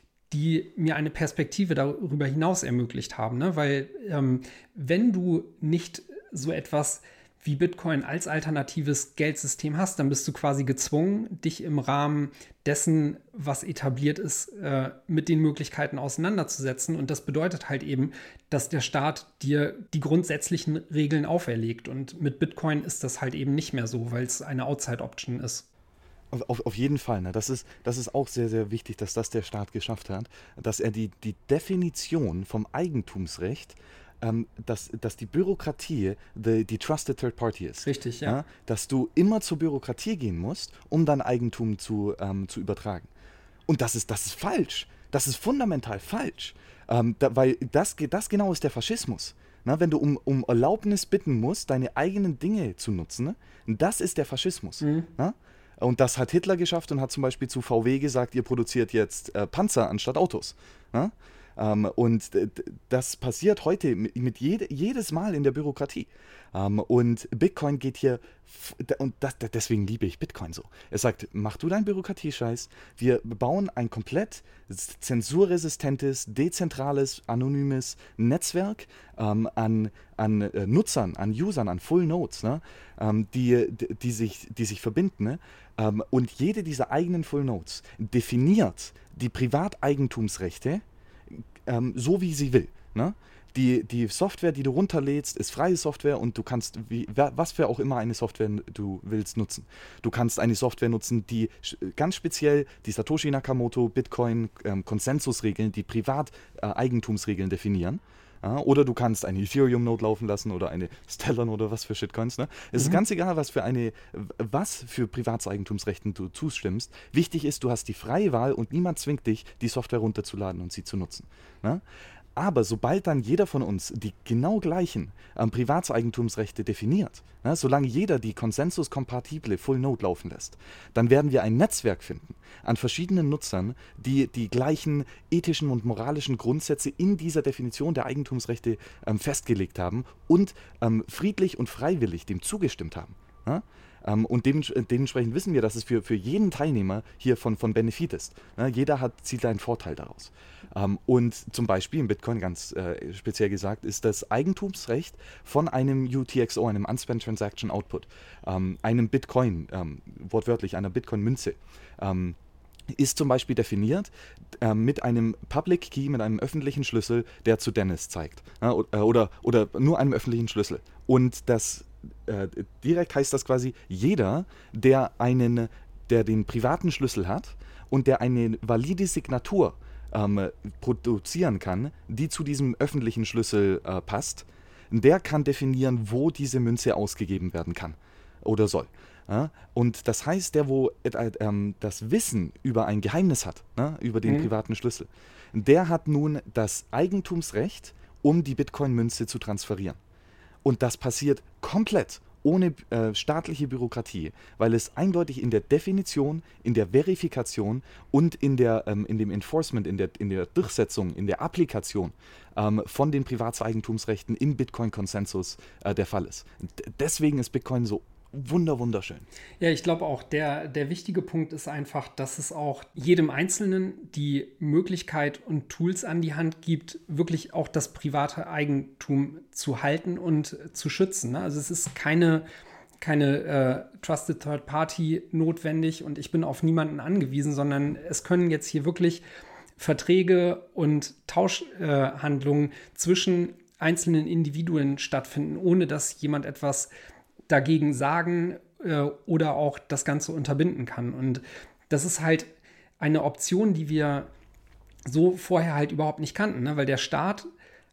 die mir eine Perspektive darüber hinaus ermöglicht haben. Ne? Weil ähm, wenn du nicht so etwas wie Bitcoin als alternatives Geldsystem hast, dann bist du quasi gezwungen, dich im Rahmen dessen, was etabliert ist, äh, mit den Möglichkeiten auseinanderzusetzen. Und das bedeutet halt eben, dass der Staat dir die grundsätzlichen Regeln auferlegt. Und mit Bitcoin ist das halt eben nicht mehr so, weil es eine Outside-Option ist. Auf, auf, auf jeden Fall, ne? Das ist, das ist auch sehr, sehr wichtig, dass das der Staat geschafft hat, dass er die, die Definition vom Eigentumsrecht, ähm, dass, dass die Bürokratie the, die Trusted Third Party ist. Richtig, ja. Ja? Dass du immer zur Bürokratie gehen musst, um dein Eigentum zu, ähm, zu übertragen. Und das ist, das ist falsch. Das ist fundamental falsch. Ähm, da, weil das, das genau ist der Faschismus. Na, wenn du um, um Erlaubnis bitten musst, deine eigenen Dinge zu nutzen, ne? Das ist der Faschismus. Mhm. Na? Und das hat Hitler geschafft und hat zum Beispiel zu V W gesagt, ihr produziert jetzt äh, Panzer anstatt Autos. Ja? Ähm, und d- d- das passiert heute mit, mit jede, jedes Mal in der Bürokratie. Ähm, und Bitcoin geht hier, f- d- und das, d- deswegen liebe ich Bitcoin so. Er sagt, mach du deinen Bürokratiescheiß, wir bauen ein komplett s- zensurresistentes, dezentrales, anonymes Netzwerk ähm, an, an äh, Nutzern, an Usern, an Full Nodes, ne? ähm, die, die, die, sich, die sich verbinden. Ne? Ähm, und jede dieser eigenen Full Nodes definiert die Privateigentumsrechte ähm, so, wie sie will. Ne? Die, die Software, die du runterlädst, ist freie Software und du kannst, wie, was für auch immer eine Software du willst, nutzen. Du kannst eine Software nutzen, die ganz speziell die Satoshi Nakamoto Bitcoin ähm, Konsensusregeln, die Privateigentumsregeln äh, definieren. Ja, oder du kannst eine Ethereum-Node laufen lassen oder eine Stellar-Node oder was für Shitcoins. Ne? Es Mhm. ist ganz egal, was für eine, was für Privatseigentumsrechten du zustimmst. Wichtig ist, du hast die freie Wahl und niemand zwingt dich, die Software runterzuladen und sie zu nutzen. Ne? Aber sobald dann jeder von uns die genau gleichen ähm, Privatseigentumsrechte definiert, ne, solange jeder die konsensuskompatible Full Node laufen lässt, dann werden wir ein Netzwerk finden an verschiedenen Nutzern, die die gleichen ethischen und moralischen Grundsätze in dieser Definition der Eigentumsrechte ähm, festgelegt haben und ähm, friedlich und freiwillig dem zugestimmt haben. Ne? Ähm, und dements dementsprechend wissen wir, dass es für, für jeden Teilnehmer hier von, von Benefit ist. Ne? Jeder hat, zieht einen Vorteil daraus. Ähm, und zum Beispiel im Bitcoin ganz äh, speziell gesagt, ist das Eigentumsrecht von einem U T X O, einem Unspent Transaction Output, ähm, einem Bitcoin, ähm, wortwörtlich einer Bitcoin-Münze, ähm, ist zum Beispiel definiert äh, mit einem Public Key, mit einem öffentlichen Schlüssel, der zu Dennis zeigt. Ja, oder, oder nur einem öffentlichen Schlüssel. Und das äh, direkt heißt das quasi, jeder, der einen, der den privaten Schlüssel hat und der eine valide Signatur ähm, produzieren kann, die zu diesem öffentlichen Schlüssel äh, passt, der kann definieren, wo diese Münze ausgegeben werden kann oder soll. Ja, und das heißt, der, wo äh, ähm, das Wissen über ein Geheimnis hat, ne, über den Mhm. privaten Schlüssel, der hat nun das Eigentumsrecht, um die Bitcoin-Münze zu transferieren. Und das passiert komplett ohne äh, staatliche Bürokratie, weil es eindeutig in der Definition, in der Verifikation und in, der, ähm, in dem Enforcement, in der, in der Durchsetzung, in der Applikation ähm, von den Privatseigentumsrechten im Bitcoin-Konsensus äh, der Fall ist. D- deswegen ist Bitcoin so wunder wunderschön. Ja, ich glaube auch, der, der wichtige Punkt ist einfach, dass es auch jedem Einzelnen die Möglichkeit und Tools an die Hand gibt, wirklich auch das private Eigentum zu halten und zu schützen. Ne? Also es ist keine, keine äh, Trusted Third Party notwendig und ich bin auf niemanden angewiesen, sondern es können jetzt hier wirklich Verträge und Tauschhandlungen äh, zwischen einzelnen Individuen stattfinden, ohne dass jemand etwas dagegen sagen äh, oder auch das Ganze unterbinden kann. Und das ist halt eine Option, die wir so vorher halt überhaupt nicht kannten, ne? Weil der Staat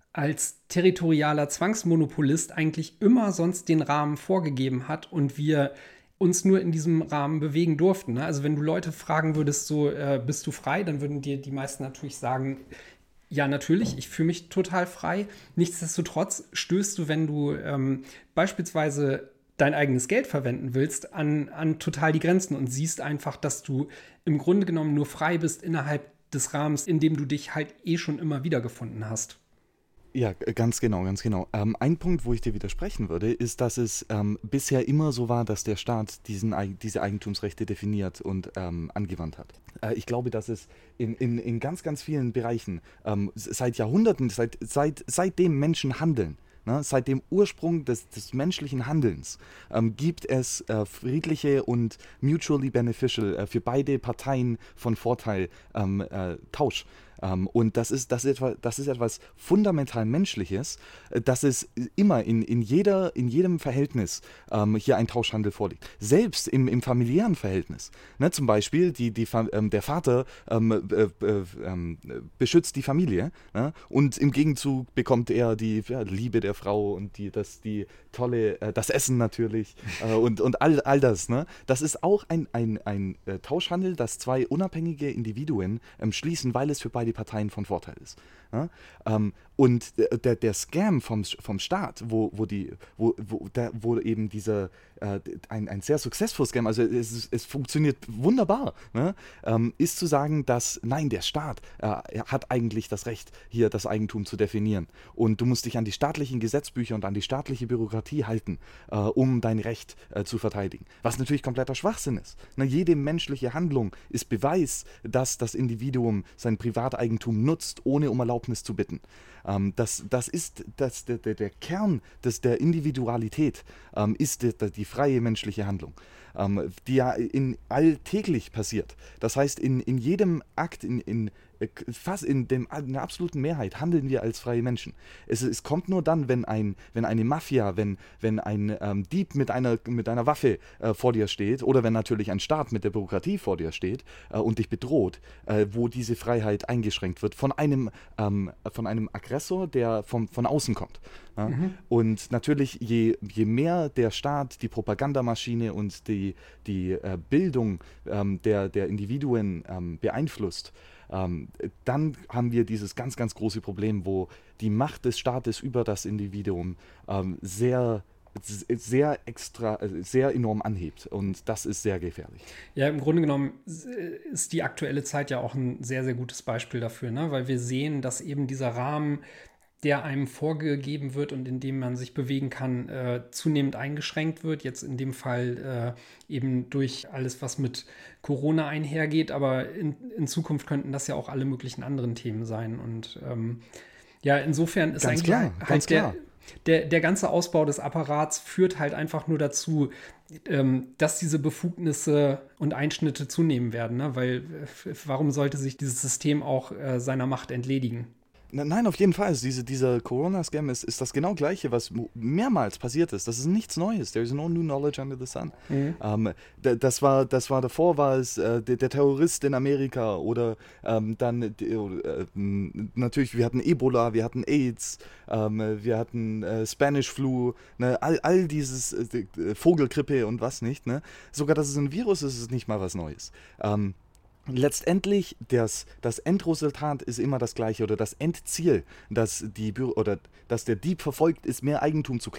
als territorialer Zwangsmonopolist eigentlich immer sonst den Rahmen vorgegeben hat und wir uns nur in diesem Rahmen bewegen durften. Ne? Also wenn du Leute fragen würdest, so äh, bist du frei, dann würden dir die meisten natürlich sagen, ja, natürlich, ich fühle mich total frei. Nichtsdestotrotz stößt du, wenn du ähm, beispielsweise dein eigenes Geld verwenden willst, an, an total die Grenzen und siehst einfach, dass du im Grunde genommen nur frei bist innerhalb des Rahmens, in dem du dich halt eh schon immer wiedergefunden hast. Ja, ganz genau, ganz genau. Ähm, ein Punkt, wo ich dir widersprechen würde, ist, dass es ähm, bisher immer so war, dass der Staat diesen, diese Eigentumsrechte definiert und ähm, angewandt hat. Äh, ich glaube, dass es in, in, in ganz, ganz vielen Bereichen ähm, seit Jahrhunderten, seit, seit, seitdem Menschen handeln, ne, seit dem Ursprung des, des menschlichen Handelns, ähm, gibt es äh, friedliche und mutually beneficial, äh, für beide Parteien von Vorteil, ähm, äh, Tausch. Um, und das ist, das, ist etwa, das ist etwas fundamental Menschliches, dass es immer in, in, jeder, in jedem Verhältnis ähm, hier ein Tauschhandel vorliegt. Selbst im, im familiären Verhältnis. Ne, zum Beispiel die, die, ähm, der Vater ähm, äh, äh, äh, beschützt die Familie, ne, und im Gegenzug bekommt er die ja, Liebe der Frau und die, das, die tolle, äh, das Essen natürlich äh, und, und all, all das. Ne. Das ist auch ein, ein, ein äh, Tauschhandel, das zwei unabhängige Individuen ähm, schließen, weil es für beide Parteien von Vorteil ist. Ja? Ähm, und der, der Scam vom, vom Staat, wo, wo, die, wo, wo, der, wo eben dieser äh, ein, ein sehr successful Scam, also es, es funktioniert wunderbar, ne? ähm, ist zu sagen, dass nein, der Staat äh, hat eigentlich das Recht, hier das Eigentum zu definieren. Und du musst dich an die staatlichen Gesetzbücher und an die staatliche Bürokratie halten, äh, um dein Recht äh, zu verteidigen. Was natürlich kompletter Schwachsinn ist. Ne? Jede menschliche Handlung ist Beweis, dass das Individuum sein Privateigentum nutzt, ohne um Erlaubnis zu bitten. Ähm, das, das ist das, der, der, der Kern des, der Individualität, ähm, ist die, die freie menschliche Handlung, ähm, die ja in alltäglich passiert. Das heißt, in, in jedem Akt, in, in fast in, dem, in der absoluten Mehrheit handeln wir als freie Menschen. Es, es kommt nur dann, wenn, ein, wenn eine Mafia, wenn, wenn ein ähm, Dieb mit einer, mit einer Waffe äh, vor dir steht oder wenn natürlich ein Staat mit der Bürokratie vor dir steht äh, und dich bedroht, äh, wo diese Freiheit eingeschränkt wird von einem, ähm, von einem Aggressor, der vom, von außen kommt. Ja? Mhm. Und natürlich, je, je mehr der Staat die Propagandamaschine und die, die äh, Bildung ähm, der, der Individuen ähm, beeinflusst, Ähm, dann haben wir dieses ganz, ganz große Problem, wo die Macht des Staates über das Individuum ähm, sehr, sehr extra, sehr enorm anhebt. Und das ist sehr gefährlich. Ja, im Grunde genommen ist die aktuelle Zeit ja auch ein sehr, sehr gutes Beispiel dafür, ne? Weil wir sehen, dass eben dieser Rahmen, der einem vorgegeben wird und in dem man sich bewegen kann, äh, zunehmend eingeschränkt wird. Jetzt in dem Fall äh, eben durch alles, was mit Corona einhergeht. Aber in, in Zukunft könnten das ja auch alle möglichen anderen Themen sein. Und ähm, ja, insofern ist ganz eigentlich klar, halt ganz der, klar. Der, der ganze Ausbau des Apparats führt halt einfach nur dazu, ähm, dass diese Befugnisse und Einschnitte zunehmen werden. Ne? Weil äh, warum sollte sich dieses System auch äh, seiner Macht entledigen? Nein, auf jeden Fall. Also diese, dieser Corona-Scam ist, ist das genau Gleiche, was mehrmals passiert ist. Das ist nichts Neues. There is no new knowledge under the sun. Mhm. Ähm, das, war, das war davor, war es äh, der, der Terrorist in Amerika oder ähm, dann äh, natürlich, wir hatten Ebola, wir hatten AIDS, ähm, wir hatten äh, Spanish Flu, ne? all, all dieses äh, Vogelgrippe und was nicht. Ne? Sogar, dass es ein Virus ist, ist nicht mal was Neues. Ähm, Letztendlich, das, das Endresultat ist immer das gleiche oder das Endziel, das, die, oder das der Dieb verfolgt, ist mehr Eigentum zu klauen.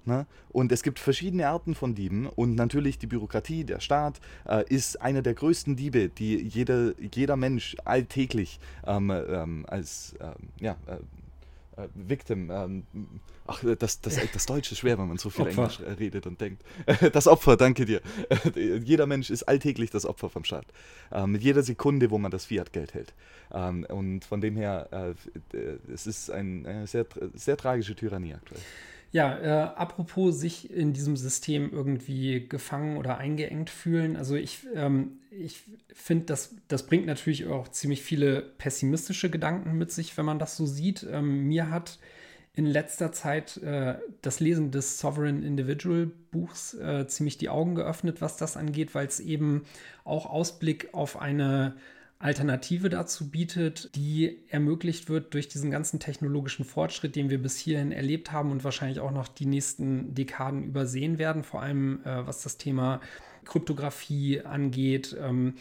Ne? Und es gibt verschiedene Arten von Dieben und natürlich die Bürokratie, der Staat, äh, ist einer der größten Diebe, die jeder, jeder Mensch alltäglich ähm, ähm, als ähm, ja, äh, äh, Victim, ähm, ach, das, das, das Deutsche ist schwer, wenn man so viel Opfer. Englisch äh, redet und denkt. Das Opfer, danke dir. Jeder Mensch ist alltäglich das Opfer vom Staat. Äh, mit jeder Sekunde, wo man das Fiat-Geld hält. Ähm, und von dem her, äh, es ist eine äh, sehr, sehr tragische Tyrannie aktuell. Ja, äh, apropos sich in diesem System irgendwie gefangen oder eingeengt fühlen. Also ich, ähm, ich finde, das, das bringt natürlich auch ziemlich viele pessimistische Gedanken mit sich, wenn man das so sieht. Ähm, mir hat in letzter Zeit äh, das Lesen des Sovereign Individual Buchs äh, ziemlich die Augen geöffnet, was das angeht, weil es eben auch Ausblick auf eine Alternative dazu bietet, die ermöglicht wird durch diesen ganzen technologischen Fortschritt, den wir bis hierhin erlebt haben und wahrscheinlich auch noch die nächsten Dekaden übersehen werden, vor allem äh, was das Thema Kryptographie angeht, ähm,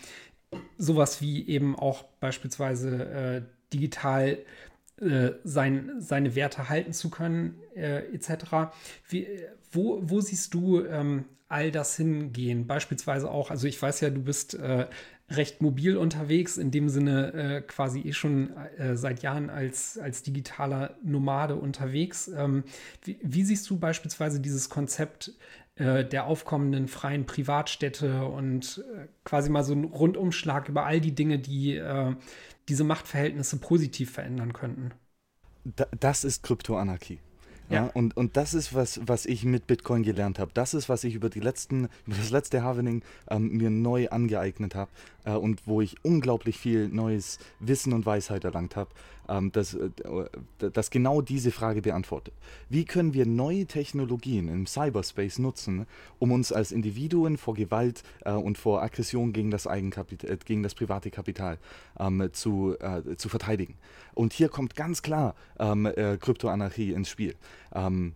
sowas wie eben auch beispielsweise äh, digital äh, sein, seine Werte halten zu können, äh, et cetera. Wie, wo, wo siehst du ähm, all das hingehen? Beispielsweise auch, also ich weiß ja, du bist äh, recht mobil unterwegs, in dem Sinne äh, quasi eh schon äh, seit Jahren als, als digitaler Nomade unterwegs. Ähm, wie, wie siehst du beispielsweise dieses Konzept äh, der aufkommenden freien Privatstädte und äh, quasi mal so einen Rundumschlag über all die Dinge, die äh, diese Machtverhältnisse positiv verändern könnten? Da, das ist Kryptoanarchie. Ja, Ja. und, und das ist, was, was ich mit Bitcoin gelernt habe. Das ist, was ich über die letzten, über das letzte Halvening ähm, mir neu angeeignet habe äh, und wo ich unglaublich viel neues Wissen und Weisheit erlangt habe, ähm, das, äh, das genau diese Frage beantwortet. Wie können wir neue Technologien im Cyberspace nutzen, um uns als Individuen vor Gewalt äh, und vor Aggression gegen das Eigenkapital, äh, gegen das private Kapital ähm, zu, äh, zu verteidigen? Und hier kommt ganz klar ähm, äh, Kryptoanarchie ins Spiel. Ähm,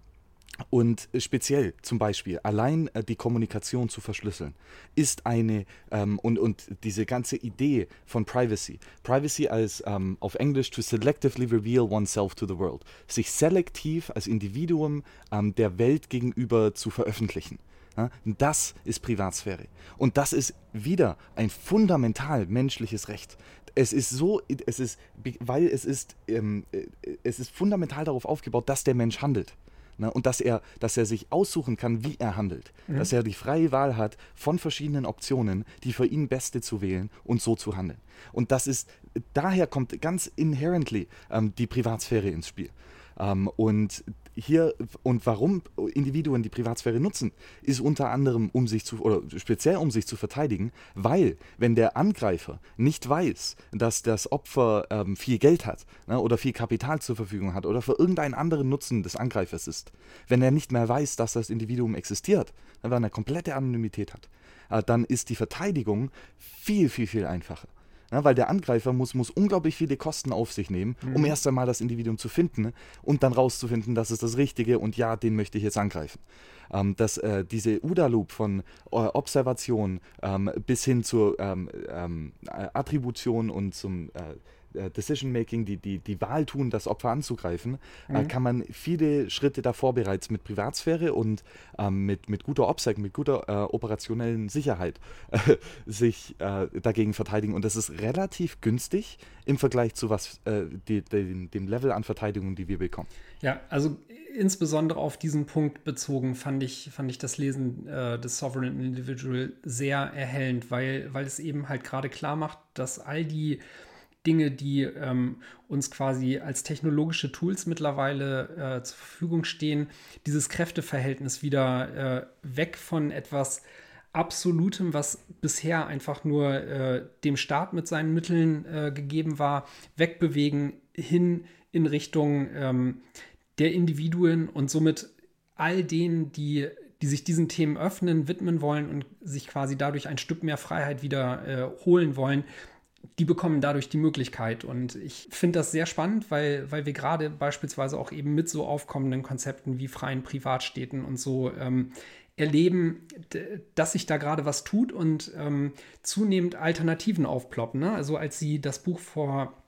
und speziell zum Beispiel allein äh, die Kommunikation zu verschlüsseln, ist eine, ähm, und, und diese ganze Idee von Privacy, Privacy als ähm, auf Englisch to selectively reveal oneself to the world, sich selektiv als Individuum ähm, der Welt gegenüber zu veröffentlichen. Ja, das ist Privatsphäre. Und das ist wieder ein fundamental menschliches Recht. Es ist so, es ist, weil es ist, ähm, es ist fundamental darauf aufgebaut, dass der Mensch handelt. Ne, und dass er, dass er sich aussuchen kann, wie er handelt. Mhm. Dass er die freie Wahl hat von verschiedenen Optionen, die für ihn beste zu wählen und so zu handeln. Und das ist, daher kommt ganz inherently ähm, die Privatsphäre ins Spiel. Ähm, und hier, und warum Individuen die Privatsphäre nutzen, ist unter anderem, um sich zu, oder speziell um sich zu verteidigen, weil, wenn der Angreifer nicht weiß, dass das Opfer ähm, viel Geld hat, ne, oder viel Kapital zur Verfügung hat oder für irgendeinen anderen Nutzen des Angreifers ist, wenn er nicht mehr weiß, dass das Individuum existiert, wenn er eine komplette Anonymität hat, äh, dann ist die Verteidigung viel, viel, viel einfacher. Ja, weil der Angreifer muss, muss unglaublich viele Kosten auf sich nehmen, um mhm. erst einmal das Individuum zu finden und dann rauszufinden, das ist das Richtige und ja, den möchte ich jetzt angreifen. Ähm, dass äh, diese U D A-Loop von äh, Observation ähm, bis hin zur ähm, ähm, Attribution und zum äh, Decision-Making, die, die, die Wahl tun, das Opfer anzugreifen, mhm. äh, kann man viele Schritte davor bereits mit Privatsphäre und ähm, mit, mit guter OPSEC, mit guter äh, operationellen Sicherheit äh, sich äh, dagegen verteidigen. Und das ist relativ günstig im Vergleich zu was äh, die, die, dem Level an Verteidigung, die wir bekommen. Ja, also insbesondere auf diesen Punkt bezogen fand ich, fand ich das Lesen äh, des Sovereign Individual sehr erhellend, weil, weil es eben halt gerade klar macht, dass all die Dinge, die ähm, uns quasi als technologische Tools mittlerweile äh, zur Verfügung stehen, dieses Kräfteverhältnis wieder äh, weg von etwas Absolutem, was bisher einfach nur äh, dem Staat mit seinen Mitteln äh, gegeben war, wegbewegen hin in Richtung ähm, der Individuen und somit all denen, die, die sich diesen Themen öffnen, widmen wollen und sich quasi dadurch ein Stück mehr Freiheit wieder äh, holen wollen, die bekommen dadurch die Möglichkeit. Und ich finde das sehr spannend, weil, weil wir gerade beispielsweise auch eben mit so aufkommenden Konzepten wie freien Privatstädten und so ähm, erleben, d- dass sich da gerade was tut und ähm, zunehmend Alternativen aufploppen. Ne? Also als sie das Buch vor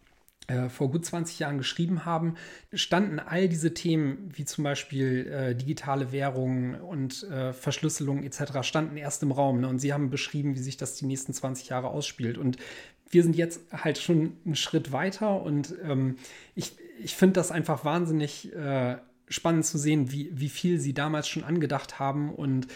äh, vor gut zwanzig Jahren geschrieben haben, standen all diese Themen, wie zum Beispiel äh, digitale Währungen und äh, Verschlüsselung et cetera, standen erst im Raum. Ne? Und sie haben beschrieben, wie sich das die nächsten zwanzig Jahre ausspielt. Und wir sind jetzt halt schon einen Schritt weiter. Und ähm, ich, ich finde das einfach wahnsinnig äh, spannend zu sehen, wie, wie viel sie damals schon angedacht haben und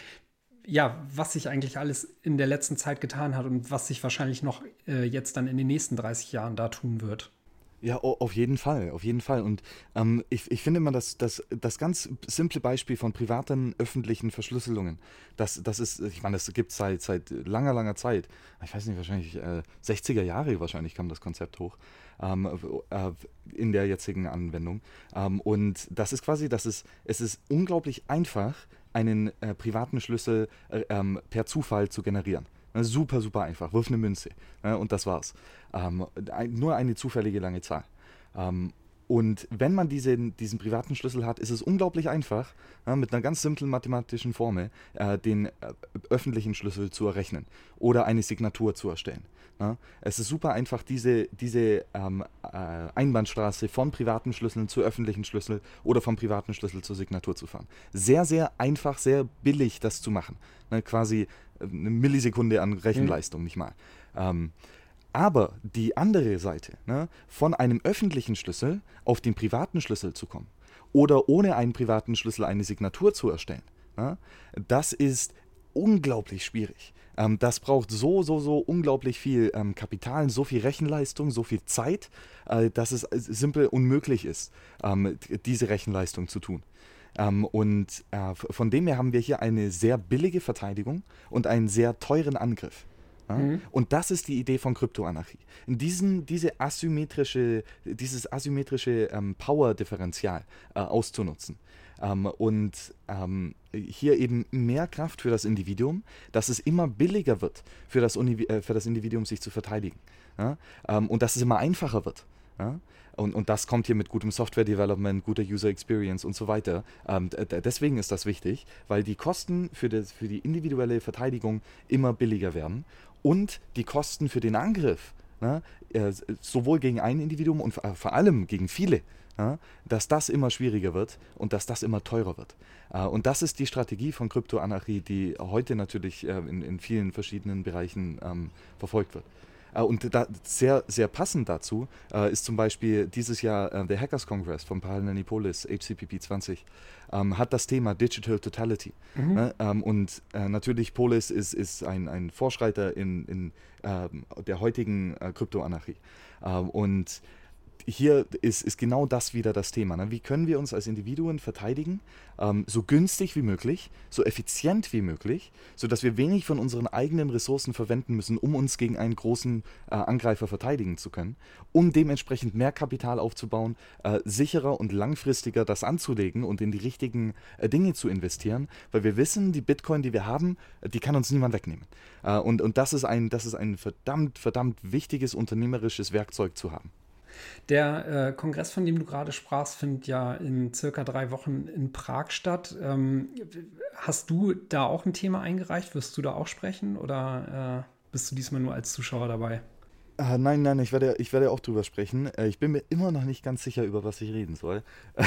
ja, was sich eigentlich alles in der letzten Zeit getan hat und was sich wahrscheinlich noch äh, jetzt dann in den nächsten dreißig Jahren da tun wird. Ja, o- auf jeden Fall, auf jeden Fall. Und ähm, ich, ich finde immer, dass das, das ganz simple Beispiel von privaten, öffentlichen Verschlüsselungen, das, das ist, ich meine, das gibt es seit, seit langer, langer Zeit. Ich weiß nicht, wahrscheinlich äh, sechziger Jahre wahrscheinlich kam das Konzept hoch ähm, äh, in der jetzigen Anwendung. Ähm, und das ist quasi, das ist, es ist unglaublich einfach, einen äh, privaten Schlüssel äh, ähm, per Zufall zu generieren. Ne, super, super einfach. Wirf eine Münze. Ne, und das war's. Ähm, ein, nur eine zufällige lange Zahl. Ähm, und wenn man diesen, diesen privaten Schlüssel hat, ist es unglaublich einfach, ja, mit einer ganz simplen mathematischen Formel äh, den äh, öffentlichen Schlüssel zu errechnen oder eine Signatur zu erstellen. Ja. Es ist super einfach, diese, diese ähm, äh, Einbahnstraße von privaten Schlüsseln zu öffentlichen Schlüssel oder vom privaten Schlüssel zur Signatur zu fahren. Sehr, sehr einfach, sehr billig, das zu machen. Ne, quasi eine Millisekunde an Rechenleistung, mhm. nicht mal. Ähm, aber die andere Seite, ne, von einem öffentlichen Schlüssel auf den privaten Schlüssel zu kommen oder ohne einen privaten Schlüssel eine Signatur zu erstellen, ne, das ist unglaublich schwierig. Ähm, das braucht so, so, so unglaublich viel ähm, Kapital, so viel Rechenleistung, so viel Zeit, äh, dass es simpel unmöglich ist, ähm, diese Rechenleistung zu tun. Ähm, und äh, von dem her haben wir hier eine sehr billige Verteidigung und einen sehr teuren Angriff. Ja? Mhm. Und das ist die Idee von Kryptoanarchie. In diesen, diese asymmetrische, dieses asymmetrische ähm, Power-Differential äh, auszunutzen. Ähm, und ähm, hier eben mehr Kraft für das Individuum, dass es immer billiger wird, für das, Uni äh, für das Individuum sich zu verteidigen. Ja? Ähm, und dass es immer einfacher wird. Ja? Und, und das kommt hier mit gutem Software-Development, guter User-Experience und so weiter. Ähm, deswegen ist das wichtig, weil die Kosten für, das, für die individuelle Verteidigung immer billiger werden und die Kosten für den Angriff, ne, äh, sowohl gegen ein Individuum und vor allem gegen viele, ja, dass das immer schwieriger wird und dass das immer teurer wird. Äh, und das ist die Strategie von Kryptoanarchie, die heute natürlich äh, in, in vielen verschiedenen Bereichen ähm, verfolgt wird. Uh, und da, sehr, sehr passend dazu uh, ist zum Beispiel dieses Jahr uh, der Hackers Congress von Parallelipolis, H C P P zwanzig, um, hat das Thema Digital Totality. Mhm. Ne? Um, und uh, natürlich Polis ist, ist ein, ein Vorschreiter in, in uh, der heutigen uh, Kryptoanarchie. Uh, und hier ist, ist genau das wieder das Thema. Ne? Wie können wir uns als Individuen verteidigen, ähm, so günstig wie möglich, so effizient wie möglich, sodass wir wenig von unseren eigenen Ressourcen verwenden müssen, um uns gegen einen großen äh, Angreifer verteidigen zu können, um dementsprechend mehr Kapital aufzubauen, äh, sicherer und langfristiger das anzulegen und in die richtigen äh, Dinge zu investieren, weil wir wissen, die Bitcoin, die wir haben, die kann uns niemand wegnehmen. Äh, und und das, ist ein, das ist ein verdammt, verdammt wichtiges unternehmerisches Werkzeug zu haben. Der äh, Kongress, von dem du gerade sprachst, findet ja in circa drei Wochen in Prag statt. Ähm, hast du da auch ein Thema eingereicht? Wirst du da auch sprechen oder äh, bist du diesmal nur als Zuschauer dabei? Ah, nein, nein, ich werde, ich werde auch drüber sprechen. Äh, Ich bin mir immer noch nicht ganz sicher, über was ich reden soll,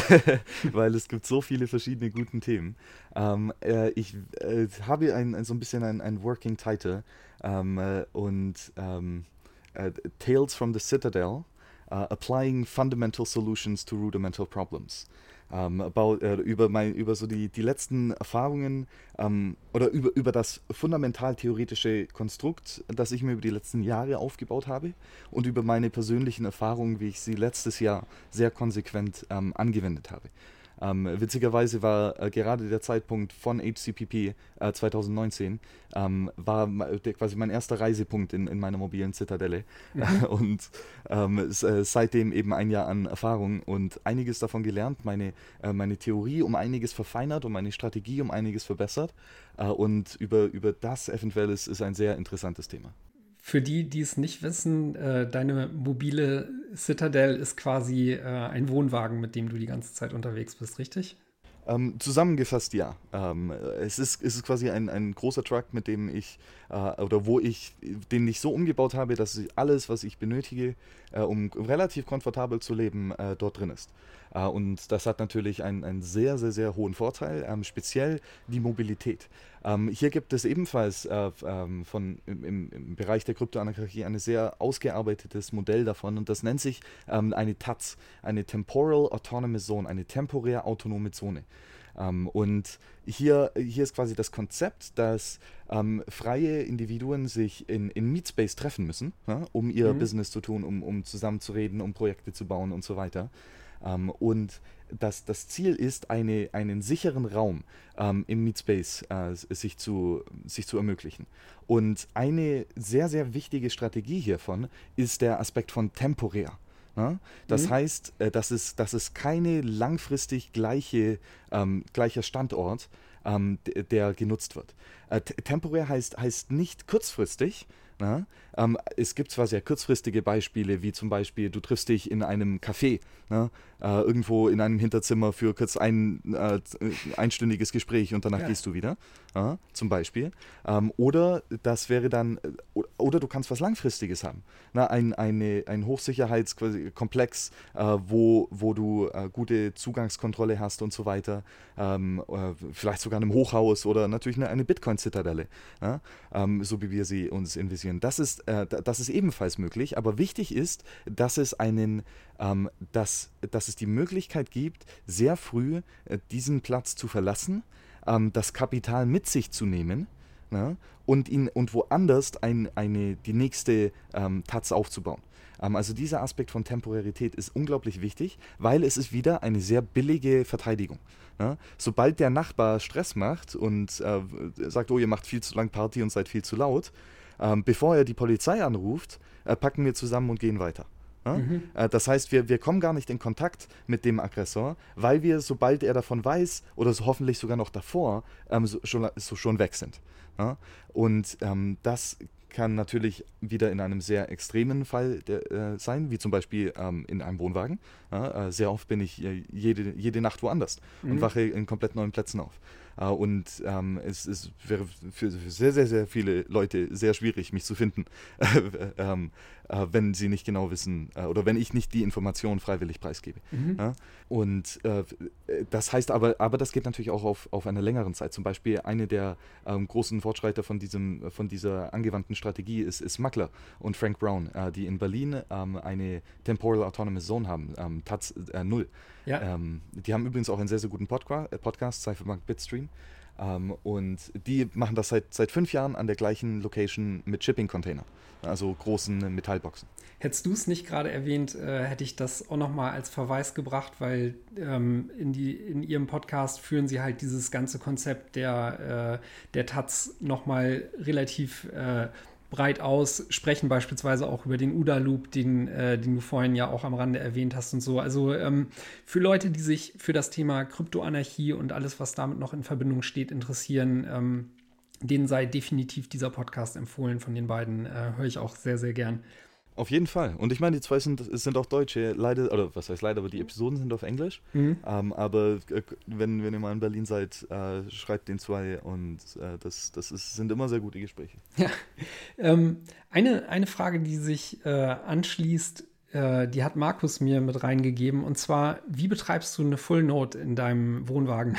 weil es gibt so viele verschiedene guten Themen. Ähm, äh, ich äh, habe ein, ein, so ein bisschen ein, ein Working Title ähm, äh, und ähm, äh, Tales from the Citadel, uh, Applying Fundamental Solutions to Rudimental Problems. Ähm, about, äh, über, mein, über so die, die letzten Erfahrungen ähm, oder über, über das fundamental-theoretische Konstrukt, das ich mir über die letzten Jahre aufgebaut habe und über meine persönlichen Erfahrungen, wie ich sie letztes Jahr sehr konsequent ähm, angewendet habe. Ähm, witzigerweise war äh, gerade der Zeitpunkt von H C P P äh, zwanzig neunzehn ähm, war der, quasi mein erster Reisepunkt in, in meiner mobilen Zitadelle mhm. und ähm, s- äh, seitdem eben ein Jahr an Erfahrung und einiges davon gelernt, meine, äh, meine Theorie um einiges verfeinert und meine Strategie um einiges verbessert äh, und über, über das eventuell ist, ist ein sehr interessantes Thema. Für die, die es nicht wissen, äh, deine mobile Citadel ist quasi äh, ein Wohnwagen, mit dem du die ganze Zeit unterwegs bist, richtig? Ähm, zusammengefasst ja. Ähm, es, ist, es ist quasi ein, ein großer Truck, mit dem ich, äh, oder wo ich, den ich so umgebaut habe, dass alles, was ich benötige, äh, um relativ komfortabel zu leben, äh, dort drin ist. Äh, und das hat natürlich einen, einen sehr, sehr, sehr hohen Vorteil, ähm, speziell die Mobilität. Ähm, hier gibt es ebenfalls äh, ähm, von, im, im, im Bereich der Kryptoanarchie ein sehr ausgearbeitetes Modell davon und das nennt sich ähm, eine T A Z, eine Temporal Autonomous Zone, eine temporär autonome Zone. Ähm, und hier, hier ist quasi das Konzept, dass ähm, freie Individuen sich in, in Meetspace treffen müssen, ja, um ihr Mhm. Business zu tun, um, um zusammen zu reden, um Projekte zu bauen und so weiter. Ähm, und das, das Ziel ist, eine, einen sicheren Raum ähm, im Meetspace äh, sich, zu, sich zu ermöglichen. Und eine sehr, sehr wichtige Strategie hiervon ist der Aspekt von temporär. Ja? Das Mhm. heißt, äh, dass, es, dass es keine langfristig gleiche, ähm, gleicher Standort, ähm, d- der genutzt wird. Äh, t- temporär heißt, heißt nicht kurzfristig. Na? Ähm, es gibt zwar sehr kurzfristige Beispiele, wie zum Beispiel, du triffst dich in einem Café, ne? äh, irgendwo in einem Hinterzimmer für kurz ein äh, einstündiges Gespräch und danach Geil. gehst du wieder, ja? Zum Beispiel. Ähm, oder das wäre dann, äh, oder du kannst was Langfristiges haben. Na, ein, eine, ein Hochsicherheitskomplex, äh, wo, wo du äh, gute Zugangskontrolle hast und so weiter. Ähm, äh, vielleicht sogar in einem Hochhaus oder natürlich eine, eine Bitcoin-Zitadelle, ja? ähm, so wie wir sie uns investieren. Das ist, äh, das ist ebenfalls möglich, aber wichtig ist, dass es einen, ähm, dass, dass es die Möglichkeit gibt, sehr früh äh, diesen Platz zu verlassen, ähm, das Kapital mit sich zu nehmen, ne? und, ihn, und woanders ein, eine, die nächste ähm, T A Z aufzubauen. Ähm, also dieser Aspekt von Temporarität ist unglaublich wichtig, weil es ist wieder eine sehr billige Verteidigung. Ne? Sobald der Nachbar Stress macht und äh, sagt, oh, ihr macht viel zu lang Party und seid viel zu laut, ähm, bevor er die Polizei anruft, äh, packen wir zusammen und gehen weiter. Ja? Mhm. Äh, das heißt, wir, wir kommen gar nicht in Kontakt mit dem Aggressor, weil wir, sobald er davon weiß, oder so hoffentlich sogar noch davor, ähm, so, schon, so schon weg sind. Ja? Und ähm, das kann natürlich wieder in einem sehr extremen Fall der, äh, sein, wie zum Beispiel ähm, in einem Wohnwagen. Ja, äh, sehr oft bin ich äh, jede, jede Nacht woanders und Mhm. wache in komplett neuen Plätzen auf. Äh, und ähm, es, es wäre für, für sehr, sehr, sehr viele Leute sehr schwierig, mich zu finden, ähm, äh, wenn sie nicht genau wissen äh, oder wenn ich nicht die Informationen freiwillig preisgebe. Mhm. Ja? Und äh, das heißt aber, aber das geht natürlich auch auf, auf einer längeren Zeit. Zum Beispiel eine der ähm, großen Fortschreiter von, diesem, von dieser angewandten Strategie ist, ist Smuggler und Frank Brown, äh, die in Berlin ähm, eine Temporal Autonomous Zone haben, ähm, T A Z äh, null. Ja. Ähm, die haben übrigens auch einen sehr, sehr guten Podca äh, Podcast, Cypherpunk Bitstream. Ähm, und die machen das seit, seit fünf Jahren an der gleichen Location mit Shipping-Container, also großen Metallboxen. Hättest du es nicht gerade erwähnt, äh, hätte ich das auch nochmal als Verweis gebracht, weil ähm, in, die, in ihrem Podcast führen sie halt dieses ganze Konzept der, äh, der T A Z nochmal relativ äh, breit aus, sprechen beispielsweise auch über den U D A-Loop, den, äh, den du vorhin ja auch am Rande erwähnt hast und so. Also ähm, für Leute, die sich für das Thema Kryptoanarchie und alles, was damit noch in Verbindung steht, interessieren, ähm, denen sei definitiv dieser Podcast empfohlen von den beiden. Äh, höre ich auch sehr, sehr gern. Auf jeden Fall. Und ich meine, die zwei sind, sind auch Deutsche. Leider, oder was heißt leider, aber die Episoden sind auf Englisch. Mhm. Ähm, aber äh, wenn, wenn ihr mal in Berlin seid, äh, schreibt den zwei und äh, das, das ist, sind immer sehr gute Gespräche. Ja. Ähm, eine, eine Frage, die sich äh, anschließt, äh, die hat Markus mir mit reingegeben. Und zwar, wie betreibst du eine Full Node in deinem Wohnwagen?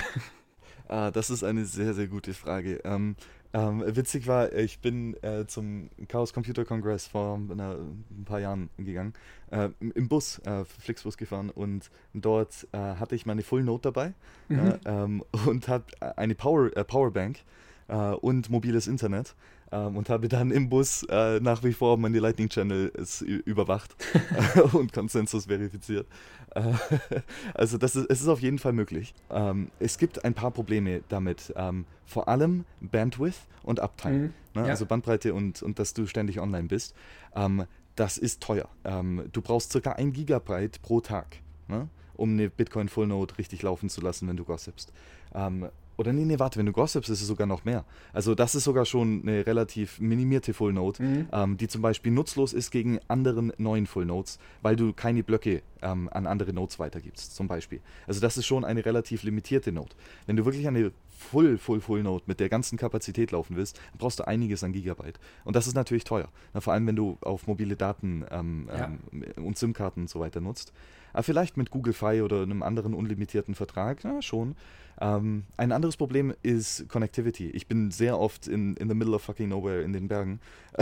Ah, das ist eine sehr, sehr gute Frage. Ähm, ähm, witzig war, ich bin äh, zum Chaos Computer Congress vor einer, ein paar Jahren gegangen, äh, im im Bus, äh, Flixbus gefahren und dort äh, hatte ich meine Full Node dabei Mhm. äh, ähm, und habe eine Power, äh, Powerbank äh, und mobiles Internet ähm, und habe dann im Bus äh, nach wie vor meine Lightning Channels überwacht und Konsensus verifiziert. Äh, also das ist, es ist auf jeden Fall möglich. Ähm, es gibt ein paar Probleme damit, ähm, vor allem Bandwidth und Uptime, Mhm. ne? Ja. Also Bandbreite und, und dass du ständig online bist. Ähm, das ist teuer. Ähm, du brauchst circa ein Gigabyte pro Tag, ne? Um eine Bitcoin Full Node richtig laufen zu lassen, wenn du gossipst. Ähm, Oder nee, nee, warte, wenn du gossipst, ist es sogar noch mehr. Also das ist sogar schon eine relativ minimierte Full Node, Mhm. ähm, die zum Beispiel nutzlos ist gegen anderen neuen Full Nodes, weil du keine Blöcke ähm, an andere Nodes weitergibst, zum Beispiel. Also das ist schon eine relativ limitierte Node. Wenn du wirklich eine Full, Full, Full Node mit der ganzen Kapazität laufen willst, dann brauchst du einiges an Gigabyte. Und das ist natürlich teuer. Na, vor allem, wenn du auf mobile Daten ähm, Ja. ähm, und SIM-Karten und so weiter nutzt. Aber vielleicht mit Google Fi oder einem anderen unlimitierten Vertrag, ja, schon. Ähm, ein anderes Problem ist Connectivity. Ich bin sehr oft in, in the middle of fucking nowhere in den Bergen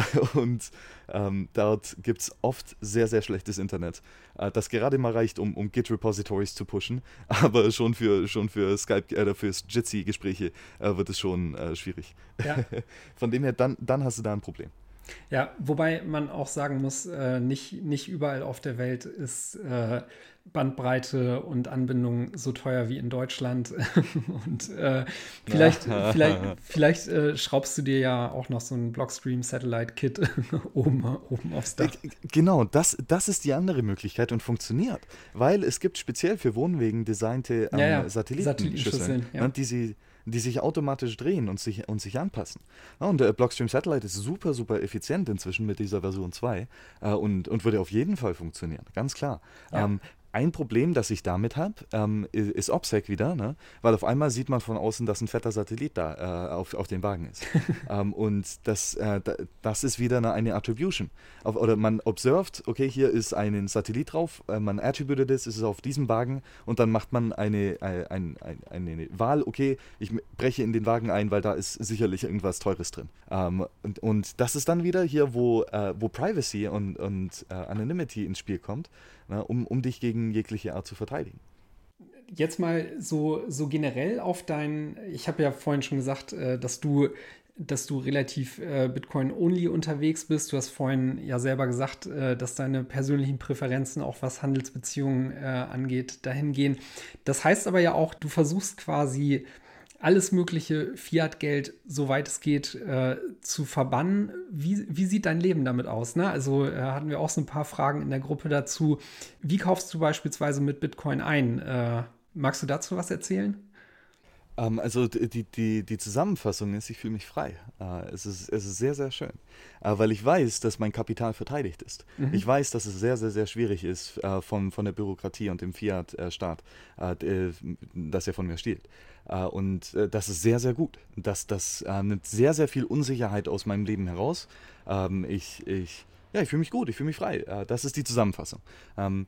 und ähm, dort gibt es oft sehr, sehr schlechtes Internet, äh, das gerade mal reicht, um, um Git-Repositories zu pushen, aber schon für, schon für Skype oder äh, für Jitsi-Gespräche äh, wird es schon äh, schwierig. Ja. Von dem her, dann, dann hast du da ein Problem. Ja, wobei man auch sagen muss, äh, nicht, nicht überall auf der Welt ist äh, Bandbreite und Anbindung so teuer wie in Deutschland. Und äh, vielleicht, vielleicht, vielleicht äh, schraubst du dir ja auch noch so ein Blockstream-Satellite-Kit oben, oben aufs Dach. Genau, das, das ist die andere Möglichkeit und funktioniert, weil es gibt speziell für Wohnwegen designte ähm, Ja, ja, Satellitenschüsseln, Satellitenschüsseln, ja. ne, die sie die sich automatisch drehen und sich, und sich anpassen. Ja, und der Blockstream Satellite ist super, super effizient inzwischen mit dieser Version zwei äh, und, und würde auf jeden Fall funktionieren, ganz klar. Ja. Ähm, ein Problem, das ich damit habe, ähm, ist, ist OPSEC wieder, ne? Weil auf einmal sieht man von außen, dass ein fetter Satellit da äh, auf, auf dem Wagen ist. ähm, und das, äh, das ist wieder eine, eine Attribution. Auf, oder man observed, okay, hier ist ein Satellit drauf, äh, man attributed es, ist es auf diesem Wagen und dann macht man eine, eine, eine, eine Wahl, okay, ich breche in den Wagen ein, weil da ist sicherlich irgendwas Teures drin. Ähm, und, und das ist dann wieder hier, wo, äh, wo Privacy und, und äh, Anonymity ins Spiel kommt, ne, um, um dich gegen jegliche Art zu verteidigen. Jetzt mal so, so generell auf dein, ich habe ja vorhin schon gesagt, äh, dass du, dass du relativ äh, Bitcoin-only unterwegs bist. Du hast vorhin ja selber gesagt, äh, dass deine persönlichen Präferenzen, auch was Handelsbeziehungen äh, angeht, dahin gehen. Das heißt aber ja auch, du versuchst quasi alles mögliche Fiat-Geld, soweit es geht, äh, zu verbannen. Wie, wie sieht dein Leben damit aus? Ne? Also äh, hatten wir auch so ein paar Fragen in der Gruppe dazu. Wie kaufst du beispielsweise mit Bitcoin ein? Äh, magst du dazu was erzählen? Ähm, also die, die, die Zusammenfassung ist, ich fühle mich frei. Äh, es, ist, es ist sehr, sehr schön, äh, weil ich weiß, dass mein Kapital verteidigt ist. Mhm. Ich weiß, dass es sehr, sehr, sehr schwierig ist äh, von, von der Bürokratie und dem Fiat-Staat, äh, dass er von mir stiehlt. Uh, und uh, das ist sehr, sehr gut. Das, das uh, nimmt sehr, sehr viel Unsicherheit aus meinem Leben heraus. Um, ich ich, ja, ich fühle mich gut, ich fühle mich frei. Uh, das ist die Zusammenfassung. Um,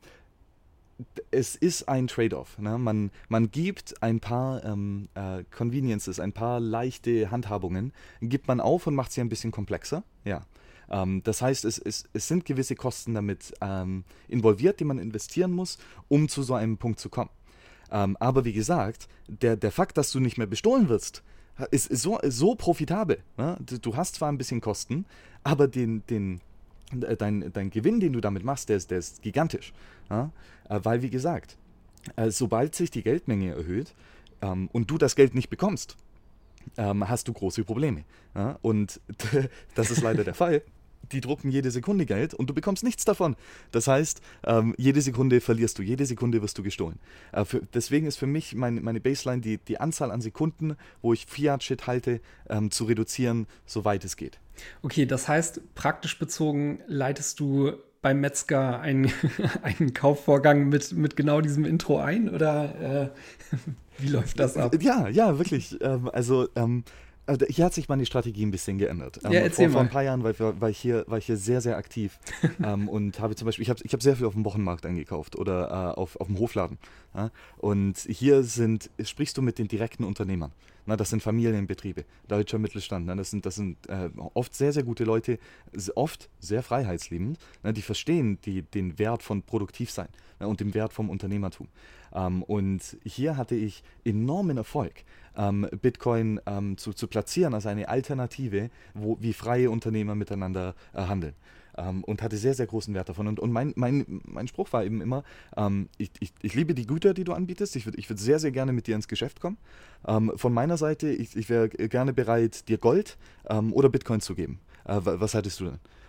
es ist ein Trade-off. Ne? Man, man gibt ein paar ähm, äh, Conveniences, ein paar leichte Handhabungen, gibt man auf und macht sie ein bisschen komplexer. Ja. Ähm, das heißt, es, es, es sind gewisse Kosten damit ähm, involviert, die man investieren muss, um zu so einem Punkt zu kommen. Ähm, aber wie gesagt, der, der Fakt, dass du nicht mehr bestohlen wirst, ist, ist, so, ist so profitabel. Ne? Du, du hast zwar ein bisschen Kosten, aber den, den, dein, dein Gewinn, den du damit machst, der ist, der ist gigantisch. Ja? Äh, weil, wie gesagt, äh, sobald sich die Geldmenge erhöht ähm, und du das Geld nicht bekommst, ähm, hast du große Probleme. Ja? Und das ist leider der Fall. Die drucken jede Sekunde Geld und du bekommst nichts davon. Das heißt, ähm, jede Sekunde verlierst du, jede Sekunde wirst du gestohlen. Äh, für, deswegen ist für mich mein, meine Baseline, die, die Anzahl an Sekunden, wo ich Fiat-Shit halte, ähm, zu reduzieren, soweit es geht. Okay, das heißt, praktisch bezogen leitest du beim Metzger einen, einen Kaufvorgang mit, mit genau diesem Intro ein? Oder äh, wie läuft das ab? Ja, ja, wirklich. Ähm, also, ähm, Also hier hat sich meine Strategie ein bisschen geändert. Ja, ähm, erzähl vor, vor mal. ein paar Jahren war, war, ich, hier, war ich hier sehr, sehr aktiv ähm, und habe zum Beispiel, ich habe ich hab sehr viel auf dem Wochenmarkt eingekauft oder äh, auf, auf dem Hofladen. Ja? Und hier sind, sprichst du mit den direkten Unternehmern. Na, das sind Familienbetriebe, deutscher Mittelstand. Na, das sind, das sind äh, oft sehr, sehr gute Leute, oft sehr freiheitsliebend. Na, die verstehen die, den Wert von Produktivsein, na, und den Wert vom Unternehmertum. Ähm, und hier hatte ich enormen Erfolg, ähm, Bitcoin ähm, zu, zu platzieren als eine Alternative, wo, wie freie Unternehmer miteinander äh, handeln. Ähm, und hatte sehr, sehr großen Wert davon. Und, und mein, mein, mein Spruch war eben immer, ähm, ich, ich, ich liebe die Güter, die du anbietest. Ich würde ich würd sehr, sehr gerne mit dir ins Geschäft kommen. Ähm, von meiner Seite, ich, ich wäre gerne bereit, dir Gold ähm, oder Bitcoin zu geben. Äh, was haltest du denn?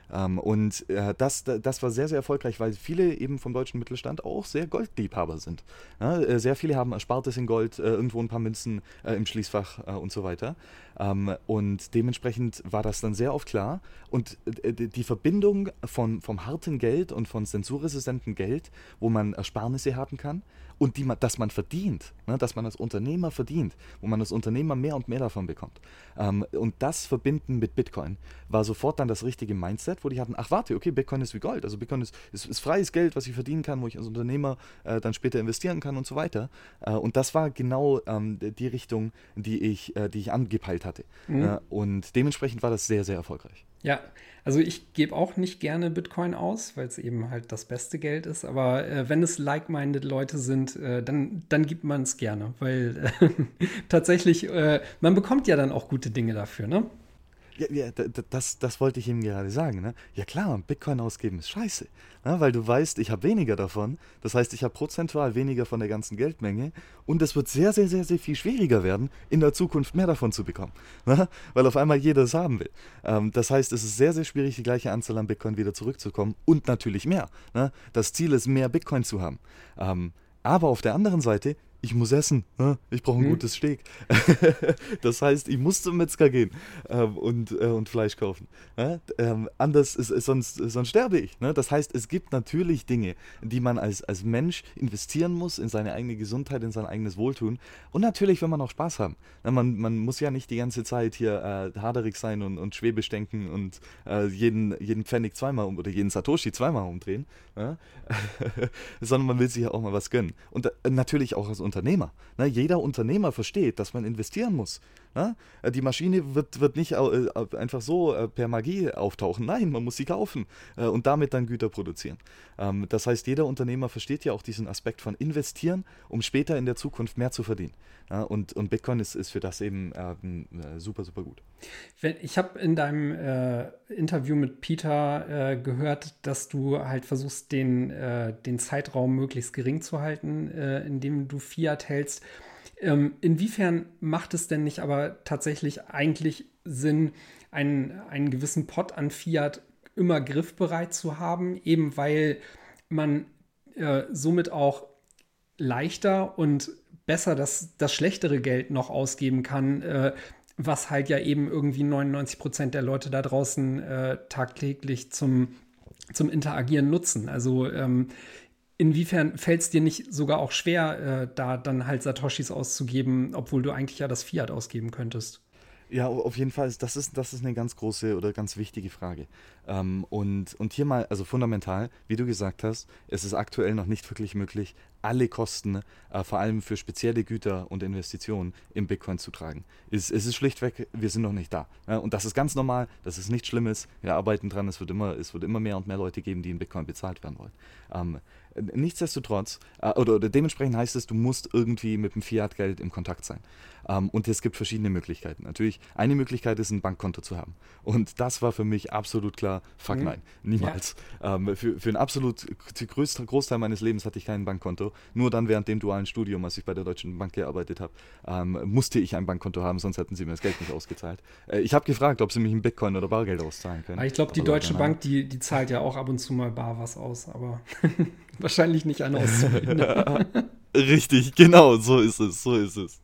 Ähm, und äh, das, das war sehr, sehr erfolgreich, weil viele eben vom deutschen Mittelstand auch sehr Goldliebhaber sind. Ja, äh, sehr viele haben Erspartes in Gold, äh, irgendwo ein paar Münzen äh, im Schließfach äh, und so weiter. Ähm, und dementsprechend war das dann sehr oft klar. Und äh, die Verbindung von, vom harten Geld und von zensurresistentem Geld, wo man Ersparnisse haben kann, und die man, dass man verdient, ne, dass man als Unternehmer verdient, wo man als Unternehmer mehr und mehr davon bekommt. Ähm, und das verbinden mit Bitcoin war sofort dann das richtige Mindset, wo die hatten, ach warte, okay, Bitcoin ist wie Gold, also Bitcoin ist, ist, ist freies Geld, was ich verdienen kann, wo ich als Unternehmer äh, dann später investieren kann und so weiter. Äh, und das war genau ähm, die Richtung, die ich, äh, die ich angepeilt hatte. Mhm. Äh, und dementsprechend war das sehr, sehr erfolgreich. Ja, also ich gebe auch nicht gerne Bitcoin aus, weil es eben halt das beste Geld ist. Aber äh, wenn es like-minded Leute sind, äh, dann, dann gibt man es gerne. Weil äh, tatsächlich, äh, man bekommt ja dann auch gute Dinge dafür, ne? Ja, ja, das, das wollte ich ihm gerade sagen. Ne? Ja klar, Bitcoin ausgeben ist scheiße, ne? Weil du weißt, ich habe weniger davon. Das heißt, ich habe prozentual weniger von der ganzen Geldmenge und es wird sehr, sehr, sehr, sehr viel schwieriger werden, in der Zukunft mehr davon zu bekommen, ne? Weil auf einmal jeder es haben will. Ähm, das heißt, es ist sehr, sehr schwierig, die gleiche Anzahl an Bitcoin wieder zurückzukommen und natürlich mehr. Ne? Das Ziel ist, mehr Bitcoin zu haben. Ähm, aber auf der anderen Seite, ich muss essen, ne? Ich brauche ein Hm. gutes Steak. Das heißt, ich muss zum Metzger gehen ähm, und, äh, und Fleisch kaufen. Ne? Ähm, anders, ist, ist, sonst, sonst sterbe ich. Ne? Das heißt, es gibt natürlich Dinge, die man als, als Mensch investieren muss in seine eigene Gesundheit, in sein eigenes Wohltun. Und natürlich, wenn man auch Spaß haben. Ne? Man, man muss ja nicht die ganze Zeit hier äh, haderig sein und, und schwäbisch denken und äh, jeden, jeden Pfennig zweimal um oder jeden Satoshi zweimal umdrehen. Ne? Sondern man will sich ja auch mal was gönnen. Und äh, natürlich auch als Unternehmer. Ne? Jeder Unternehmer versteht, dass man investieren muss. Ne? Die Maschine wird, wird nicht äh, einfach so äh, per Magie auftauchen. Nein, man muss sie kaufen äh, und damit dann Güter produzieren. Ähm, das heißt, jeder Unternehmer versteht ja auch diesen Aspekt von investieren, um später in der Zukunft mehr zu verdienen. Ja? Und, und Bitcoin ist, ist für das eben äh, super, super gut. Ich habe in deinem äh, Interview mit Peter äh, gehört, dass du halt versuchst, den, äh, den Zeitraum möglichst gering zu halten, äh, indem du Fiat hältst. Ähm, inwiefern macht es denn nicht aber tatsächlich eigentlich Sinn, einen, einen gewissen Pot an Fiat immer griffbereit zu haben, eben weil man äh, somit auch leichter und besser das, das schlechtere Geld noch ausgeben kann, äh, was halt ja eben irgendwie neunundneunzig Prozent der Leute da draußen äh, tagtäglich zum, zum Interagieren nutzen. Also ähm, inwiefern fällt es dir nicht sogar auch schwer, äh, da dann halt Satoshis auszugeben, obwohl du eigentlich ja das Fiat ausgeben könntest? Ja, auf jeden Fall, ist, das, ist, das ist eine ganz große oder ganz wichtige Frage. Ähm, und, und hier mal, also fundamental, wie du gesagt hast, es ist aktuell noch nicht wirklich möglich, alle Kosten, äh, vor allem für spezielle Güter und Investitionen, im Bitcoin zu tragen. Es, es ist schlichtweg, wir sind noch nicht da. Ja, und das ist ganz normal, das ist nichts Schlimmes, wir arbeiten dran, es wird immer, es wird immer mehr und mehr Leute geben, die in Bitcoin bezahlt werden wollen. Ähm, nichtsdestotrotz, äh, oder, oder dementsprechend heißt es, du musst irgendwie mit dem Fiat-Geld im Kontakt sein. Ähm, und es gibt verschiedene Möglichkeiten. Natürlich, eine Möglichkeit ist, ein Bankkonto zu haben. Und das war für mich absolut klar, fuck Mhm. nein, niemals. Ja. Ähm, für, für einen absolut größten Großteil meines Lebens hatte ich kein Bankkonto. Nur dann während dem dualen Studium, als ich bei der Deutschen Bank gearbeitet habe, ähm, musste ich ein Bankkonto haben, sonst hätten sie mir das Geld nicht ausgezahlt. Äh, ich habe gefragt, ob sie mich in Bitcoin oder Bargeld auszahlen können. Aber ich glaube, die aber Deutsche Bank, die, die zahlt ja auch ab und zu mal bar was aus, aber wahrscheinlich nicht an Auszubildende. Richtig, genau, so ist es, so ist es.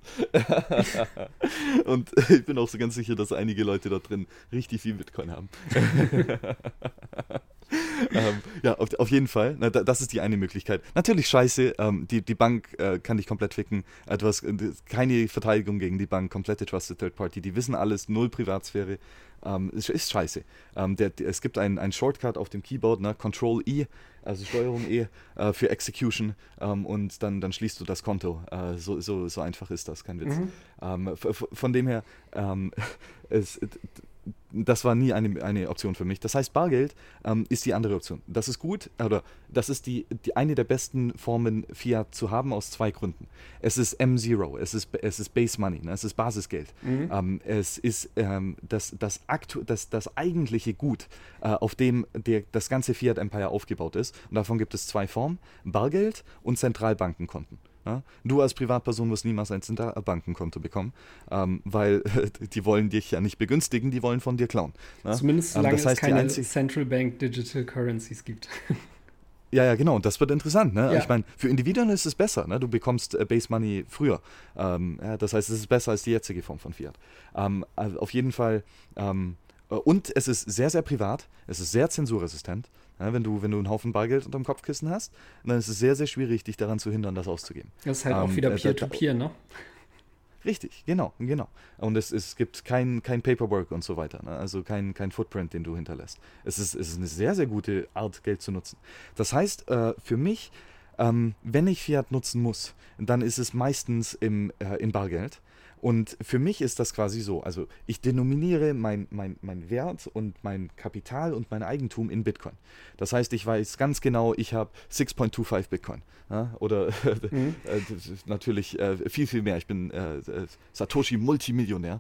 Und ich bin auch so ganz sicher, dass einige Leute da drin richtig viel Bitcoin haben. ähm, ja, auf, auf jeden Fall. Na, das ist die eine Möglichkeit. Natürlich scheiße, ähm, die, die Bank äh, kann dich komplett ficken. Äh, du hast äh, keine Verteidigung gegen die Bank, komplette Trusted Third Party. Die wissen alles, null Privatsphäre. Ähm, ist, ist scheiße. Ähm, der, der, es gibt einen Shortcut auf dem Keyboard, ne? Control E, also Steuerung E äh, für Execution ähm, und dann, dann schließt du das Konto. Äh, so, so, so einfach ist das, kein Witz. Mhm. Ähm, von dem her, ähm, es, das war nie eine, eine Option für mich. Das heißt, Bargeld ähm, ist die andere Option. Das ist gut, oder das ist die, die eine der besten Formen, Fiat zu haben, aus zwei Gründen. Es ist M null, es ist, es ist Base Money, ne? Es ist Basisgeld. Mhm. Ähm, es ist ähm, das, das, aktu das, das eigentliche Gut, äh, auf dem der, das ganze Fiat Empire aufgebaut ist. Und davon gibt es zwei Formen, Bargeld und Zentralbankenkonten. Ja? Du als Privatperson wirst niemals ein Zentralbankenkonto bekommen, ähm, weil die wollen dich ja nicht begünstigen, die wollen von dir klauen. Ja? Zumindest solange ähm, das heißt, es keine einzig- Central Bank Digital Currencies gibt. Ja, ja, genau. Und das wird interessant. Ne? Ja. Ich meine, für Individuen ist es besser. Ne? Du bekommst äh, Base Money früher. Ähm, ja, das heißt, es ist besser als die jetzige Form von Fiat. Ähm, also auf jeden Fall. Ähm, äh, und es ist sehr, sehr privat. Es ist sehr zensurresistent. Ja, wenn du, wenn du einen Haufen Bargeld unterm Kopfkissen hast, dann ist es sehr, sehr schwierig, dich daran zu hindern, das auszugeben. Das ist halt auch Ähm, wieder äh, da- Peer-to-Peer, ne? Richtig, genau, genau. Und es, es gibt kein, kein Paperwork und so weiter, ne? Also kein, kein Footprint, den du hinterlässt. Es ist, es ist eine sehr, sehr gute Art, Geld zu nutzen. Das heißt, äh, für mich, ähm, wenn ich Fiat nutzen muss, dann ist es meistens im, äh, in Bargeld. Und für mich ist das quasi so, also ich denominiere mein, mein, mein Wert und mein Kapital und mein Eigentum in Bitcoin. Das heißt, ich weiß ganz genau, ich habe sechs Komma fünfundzwanzig Bitcoin. Ja? Oder Mhm. äh, das ist natürlich äh, viel, viel mehr. Ich bin äh, äh, Satoshi-Multimillionär.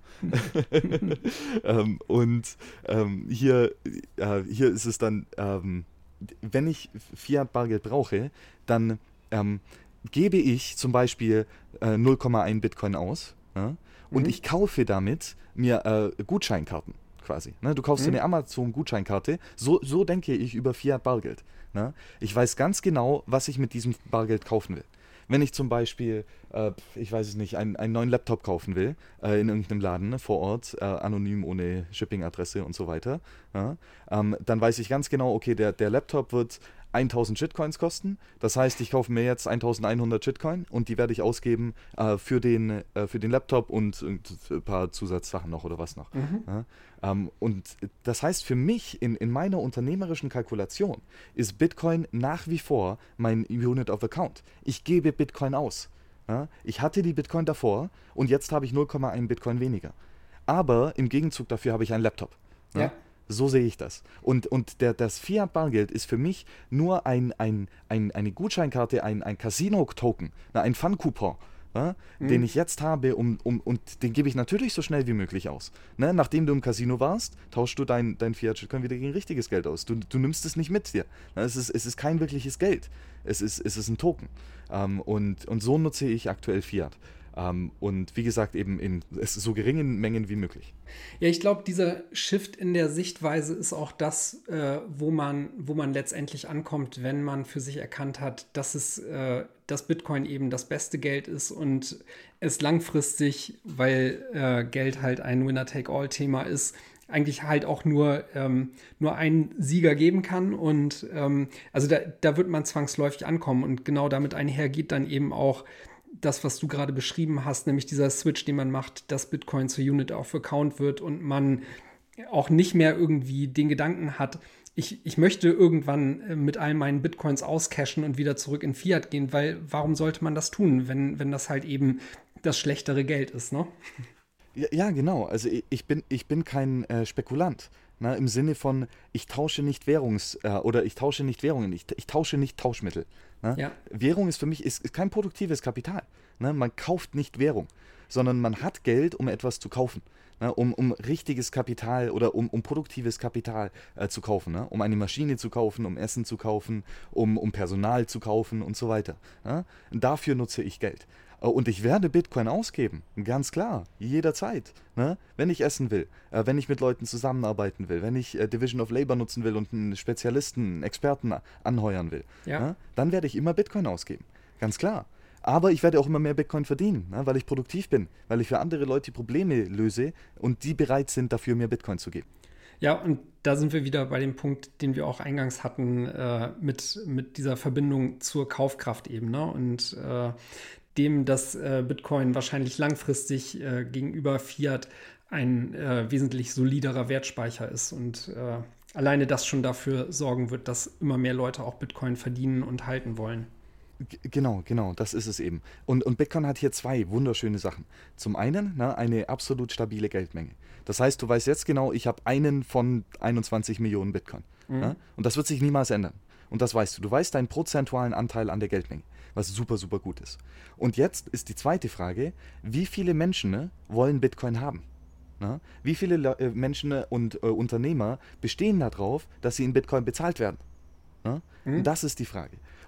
ähm, und ähm, hier, äh, hier ist es dann, ähm, wenn ich Fiat-Bargeld brauche, dann ähm, gebe ich zum Beispiel äh, null Komma eins Bitcoin aus. Ja? Und Mhm. ich kaufe damit mir äh, Gutscheinkarten quasi. Ne? Du kaufst dir Mhm. eine Amazon-Gutscheinkarte. So, so denke ich über Fiat-Bargeld. Ne? Ich weiß ganz genau, was ich mit diesem Bargeld kaufen will. Wenn ich zum Beispiel, äh, ich weiß es nicht, einen, einen neuen Laptop kaufen will, äh, in irgendeinem Laden ne, vor Ort, äh, anonym, ohne Shipping-Adresse und so weiter, ja, ähm, dann weiß ich ganz genau, okay, der, der Laptop wird tausend Shitcoins kosten. Das heißt, ich kaufe mir jetzt eintausendeinhundert Shitcoin und die werde ich ausgeben äh, für, den, äh, für den Laptop und, und ein paar Zusatzsachen noch oder was noch. Mhm. Ja? Ähm, und das heißt, für mich in, in meiner unternehmerischen Kalkulation ist Bitcoin nach wie vor mein Unit of Account. Ich gebe Bitcoin aus. Ja? Ich hatte die Bitcoin davor und jetzt habe ich null Komma eins Bitcoin weniger. Aber im Gegenzug dafür habe ich einen Laptop. Ja? Ja. So sehe ich das. Und, und der, das Fiat-Bargeld ist für mich nur ein, ein, ein, eine Gutscheinkarte, ein, ein Casino-Token, ein Fun-Coupon, ja, Mhm. den ich jetzt habe, um, um, und den gebe ich natürlich so schnell wie möglich aus. Ne? Nachdem du im Casino warst, tauschst du dein, dein Fiat-Shitcoin wieder gegen richtiges Geld aus. Du, du nimmst es nicht mit dir. Ne? Es, ist, es ist kein wirkliches Geld. Es ist, es ist ein Token. Ähm, und, und so nutze ich aktuell Fiat. Ähm, und wie gesagt, eben in so geringen Mengen wie möglich. Ja, ich glaube, dieser Shift in der Sichtweise ist auch das, äh, wo man, wo man letztendlich ankommt, wenn man für sich erkannt hat, dass es, äh, dass Bitcoin eben das beste Geld ist und es langfristig, weil äh, Geld halt ein Winner-Take-All-Thema ist, eigentlich halt auch nur, ähm, nur einen Sieger geben kann. Und ähm, also da, da wird man zwangsläufig ankommen. Und genau damit einhergeht dann eben auch das, was du gerade beschrieben hast, nämlich dieser Switch, den man macht, dass Bitcoin zur Unit of Account wird und man auch nicht mehr irgendwie den Gedanken hat, ich, ich möchte irgendwann äh, mit all meinen Bitcoins auscashen und wieder zurück in Fiat gehen, weil warum sollte man das tun, wenn, wenn das halt eben das schlechtere Geld ist, ne? Ja, ja, genau. Also ich, ich bin, ich bin kein äh, Spekulant. Ne? Im Sinne von, ich tausche nicht Währungs- äh, oder ich tausche nicht Währungen, ich, ich tausche nicht Tauschmittel. Ne? Ja. Währung ist für mich ist, ist kein produktives Kapital. Ne? Man kauft nicht Währung, sondern man hat Geld, um etwas zu kaufen. Ne? Um, um richtiges Kapital oder um, um produktives Kapital äh, zu kaufen. Ne? Um eine Maschine zu kaufen, um Essen zu kaufen, um, um Personal zu kaufen und so weiter. Ne? Dafür nutze ich Geld. Und ich werde Bitcoin ausgeben, ganz klar, jederzeit. Ne? Wenn ich essen will, äh, wenn ich mit Leuten zusammenarbeiten will, wenn ich äh, Division of Labor nutzen will und einen Spezialisten, einen Experten anheuern will, Ja. ne? Dann werde ich immer Bitcoin ausgeben, ganz klar. Aber ich werde auch immer mehr Bitcoin verdienen, ne? Weil ich produktiv bin, weil ich für andere Leute Probleme löse und die bereit sind, dafür mir Bitcoin zu geben. Ja, und da sind wir wieder bei dem Punkt, den wir auch eingangs hatten, äh, mit, mit dieser Verbindung zur Kaufkraft eben, ne? Und äh, dem, dass äh, Bitcoin wahrscheinlich langfristig äh, gegenüber Fiat ein äh, wesentlich soliderer Wertspeicher ist und äh, alleine das schon dafür sorgen wird, dass immer mehr Leute auch Bitcoin verdienen und halten wollen. G- Genau, genau, das ist es eben. Und, und Bitcoin hat hier zwei wunderschöne Sachen. Zum einen ne, eine absolut stabile Geldmenge. Das heißt, du weißt jetzt genau, ich habe einen von einundzwanzig Millionen Bitcoin. Mhm. Ne? Und das wird sich niemals ändern. Und das weißt du. Du weißt deinen prozentualen Anteil an der Geldmenge, was super, super gut ist. Und jetzt ist die zweite Frage, wie viele Menschen ne, wollen Bitcoin haben? Na? Wie viele Le- äh, Menschen und äh, Unternehmer bestehen darauf, dass sie in Bitcoin bezahlt werden? Ja? Mhm. Und das ist die Frage.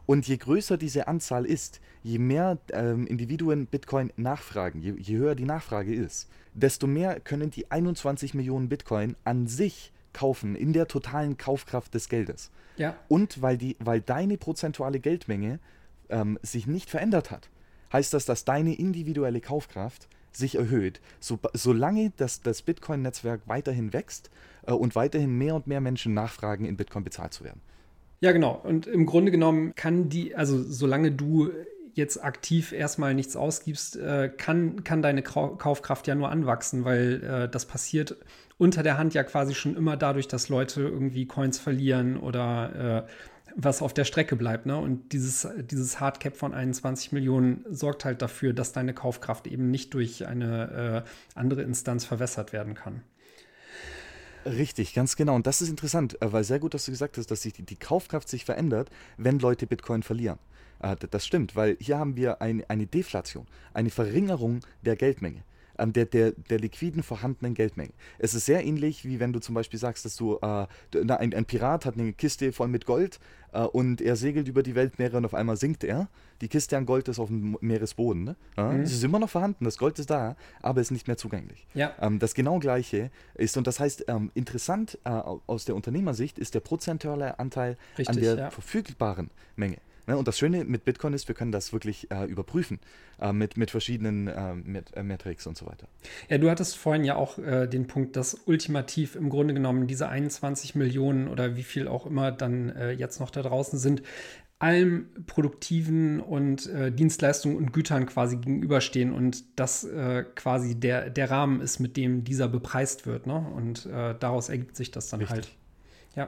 Und je größer diese Anzahl ist, je mehr ähm, Individuen Bitcoin nachfragen, je, je höher die Nachfrage ist, desto mehr können die einundzwanzig Millionen Bitcoin an sich kaufen, in der totalen Kaufkraft des Geldes. Ja. Und weil, die, weil deine prozentuale Geldmenge ähm, sich nicht verändert hat, heißt das, dass deine individuelle Kaufkraft sich erhöht, so, solange das, das Bitcoin-Netzwerk weiterhin wächst äh, und weiterhin mehr und mehr Menschen nachfragen, in Bitcoin bezahlt zu werden. Ja, genau. Und im Grunde genommen kann die, also solange du jetzt aktiv erstmal nichts ausgibst, äh, kann, kann deine Kau- Kaufkraft ja nur anwachsen, weil äh, das passiert unter der Hand ja quasi schon immer dadurch, dass Leute irgendwie Coins verlieren oder äh, was auf der Strecke bleibt. Ne? Und dieses, dieses Hardcap von einundzwanzig Millionen sorgt halt dafür, dass deine Kaufkraft eben nicht durch eine äh, andere Instanz verwässert werden kann. Richtig, ganz genau. Und das ist interessant, äh, weil sehr gut, dass du gesagt hast, dass sich die, die Kaufkraft sich verändert, wenn Leute Bitcoin verlieren. Äh, d- Das stimmt, weil hier haben wir ein, eine Deflation, eine Verringerung der Geldmenge, ähm, der, der, der liquiden vorhandenen Geldmenge. Es ist sehr ähnlich, wie wenn du zum Beispiel sagst, dass du, äh, d- na, ein, ein Pirat hat eine Kiste voll mit Gold äh, und er segelt über die Weltmeere und auf einmal sinkt er. Die Kiste an Gold ist auf dem Meeresboden. Ne? Ja? Mhm. Es ist immer noch vorhanden, das Gold ist da, aber es ist nicht mehr zugänglich. Ja. Ähm, das genau Gleiche ist, und das heißt, ähm, interessant äh, aus der Unternehmersicht ist der prozentuale Anteil Richtig, an der ja. verfügbaren Menge. Ne? Und das Schöne mit Bitcoin ist, wir können das wirklich äh, überprüfen äh, mit, mit verschiedenen äh, mit, äh, Metrics und so weiter. Ja, du hattest vorhin ja auch äh, den Punkt, dass ultimativ im Grunde genommen diese einundzwanzig Millionen oder wie viel auch immer dann äh, jetzt noch da draußen sind, allem Produktiven und äh, Dienstleistungen und Gütern quasi gegenüberstehen und das äh, quasi der, der Rahmen ist, mit dem dieser bepreist wird. Ne? Und äh, daraus ergibt sich das dann Richtig. halt. Ja.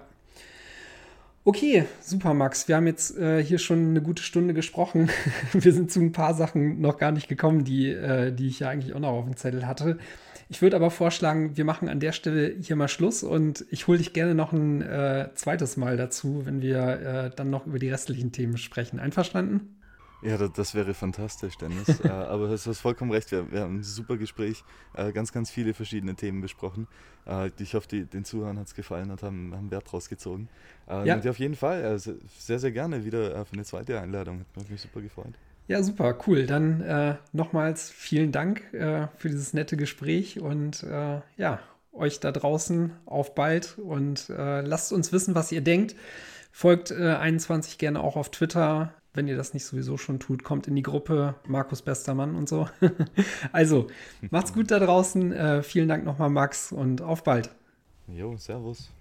Okay, super, Max. Wir haben jetzt äh, hier schon eine gute Stunde gesprochen. Wir sind zu ein paar Sachen noch gar nicht gekommen, die, äh, die ich ja eigentlich auch noch auf dem Zettel hatte. Ich würde aber vorschlagen, wir machen an der Stelle hier mal Schluss und ich hole dich gerne noch ein äh, zweites Mal dazu, wenn wir äh, dann noch über die restlichen Themen sprechen. Einverstanden? Ja, das, das wäre fantastisch, Dennis. äh, aber du hast vollkommen recht. Wir, wir haben ein super Gespräch, äh, ganz, ganz viele verschiedene Themen besprochen. Äh, ich hoffe, die, den Zuhörern hat es gefallen und haben, haben Wert draus gezogen. Äh, Ja. Und ja, auf jeden Fall, äh, sehr, sehr gerne wieder äh, für eine zweite Einladung. Hat mich super gefreut. Ja, super, cool. Dann äh, nochmals vielen Dank äh, für dieses nette Gespräch und äh, ja, euch da draußen auf bald und äh, lasst uns wissen, was ihr denkt. Folgt äh, einundzwanzig gerne auch auf Twitter, wenn ihr das nicht sowieso schon tut. Kommt in die Gruppe Markus Bestermann und so. Also, macht's gut da draußen. Äh, vielen Dank nochmal, Max, und auf bald. Jo, servus.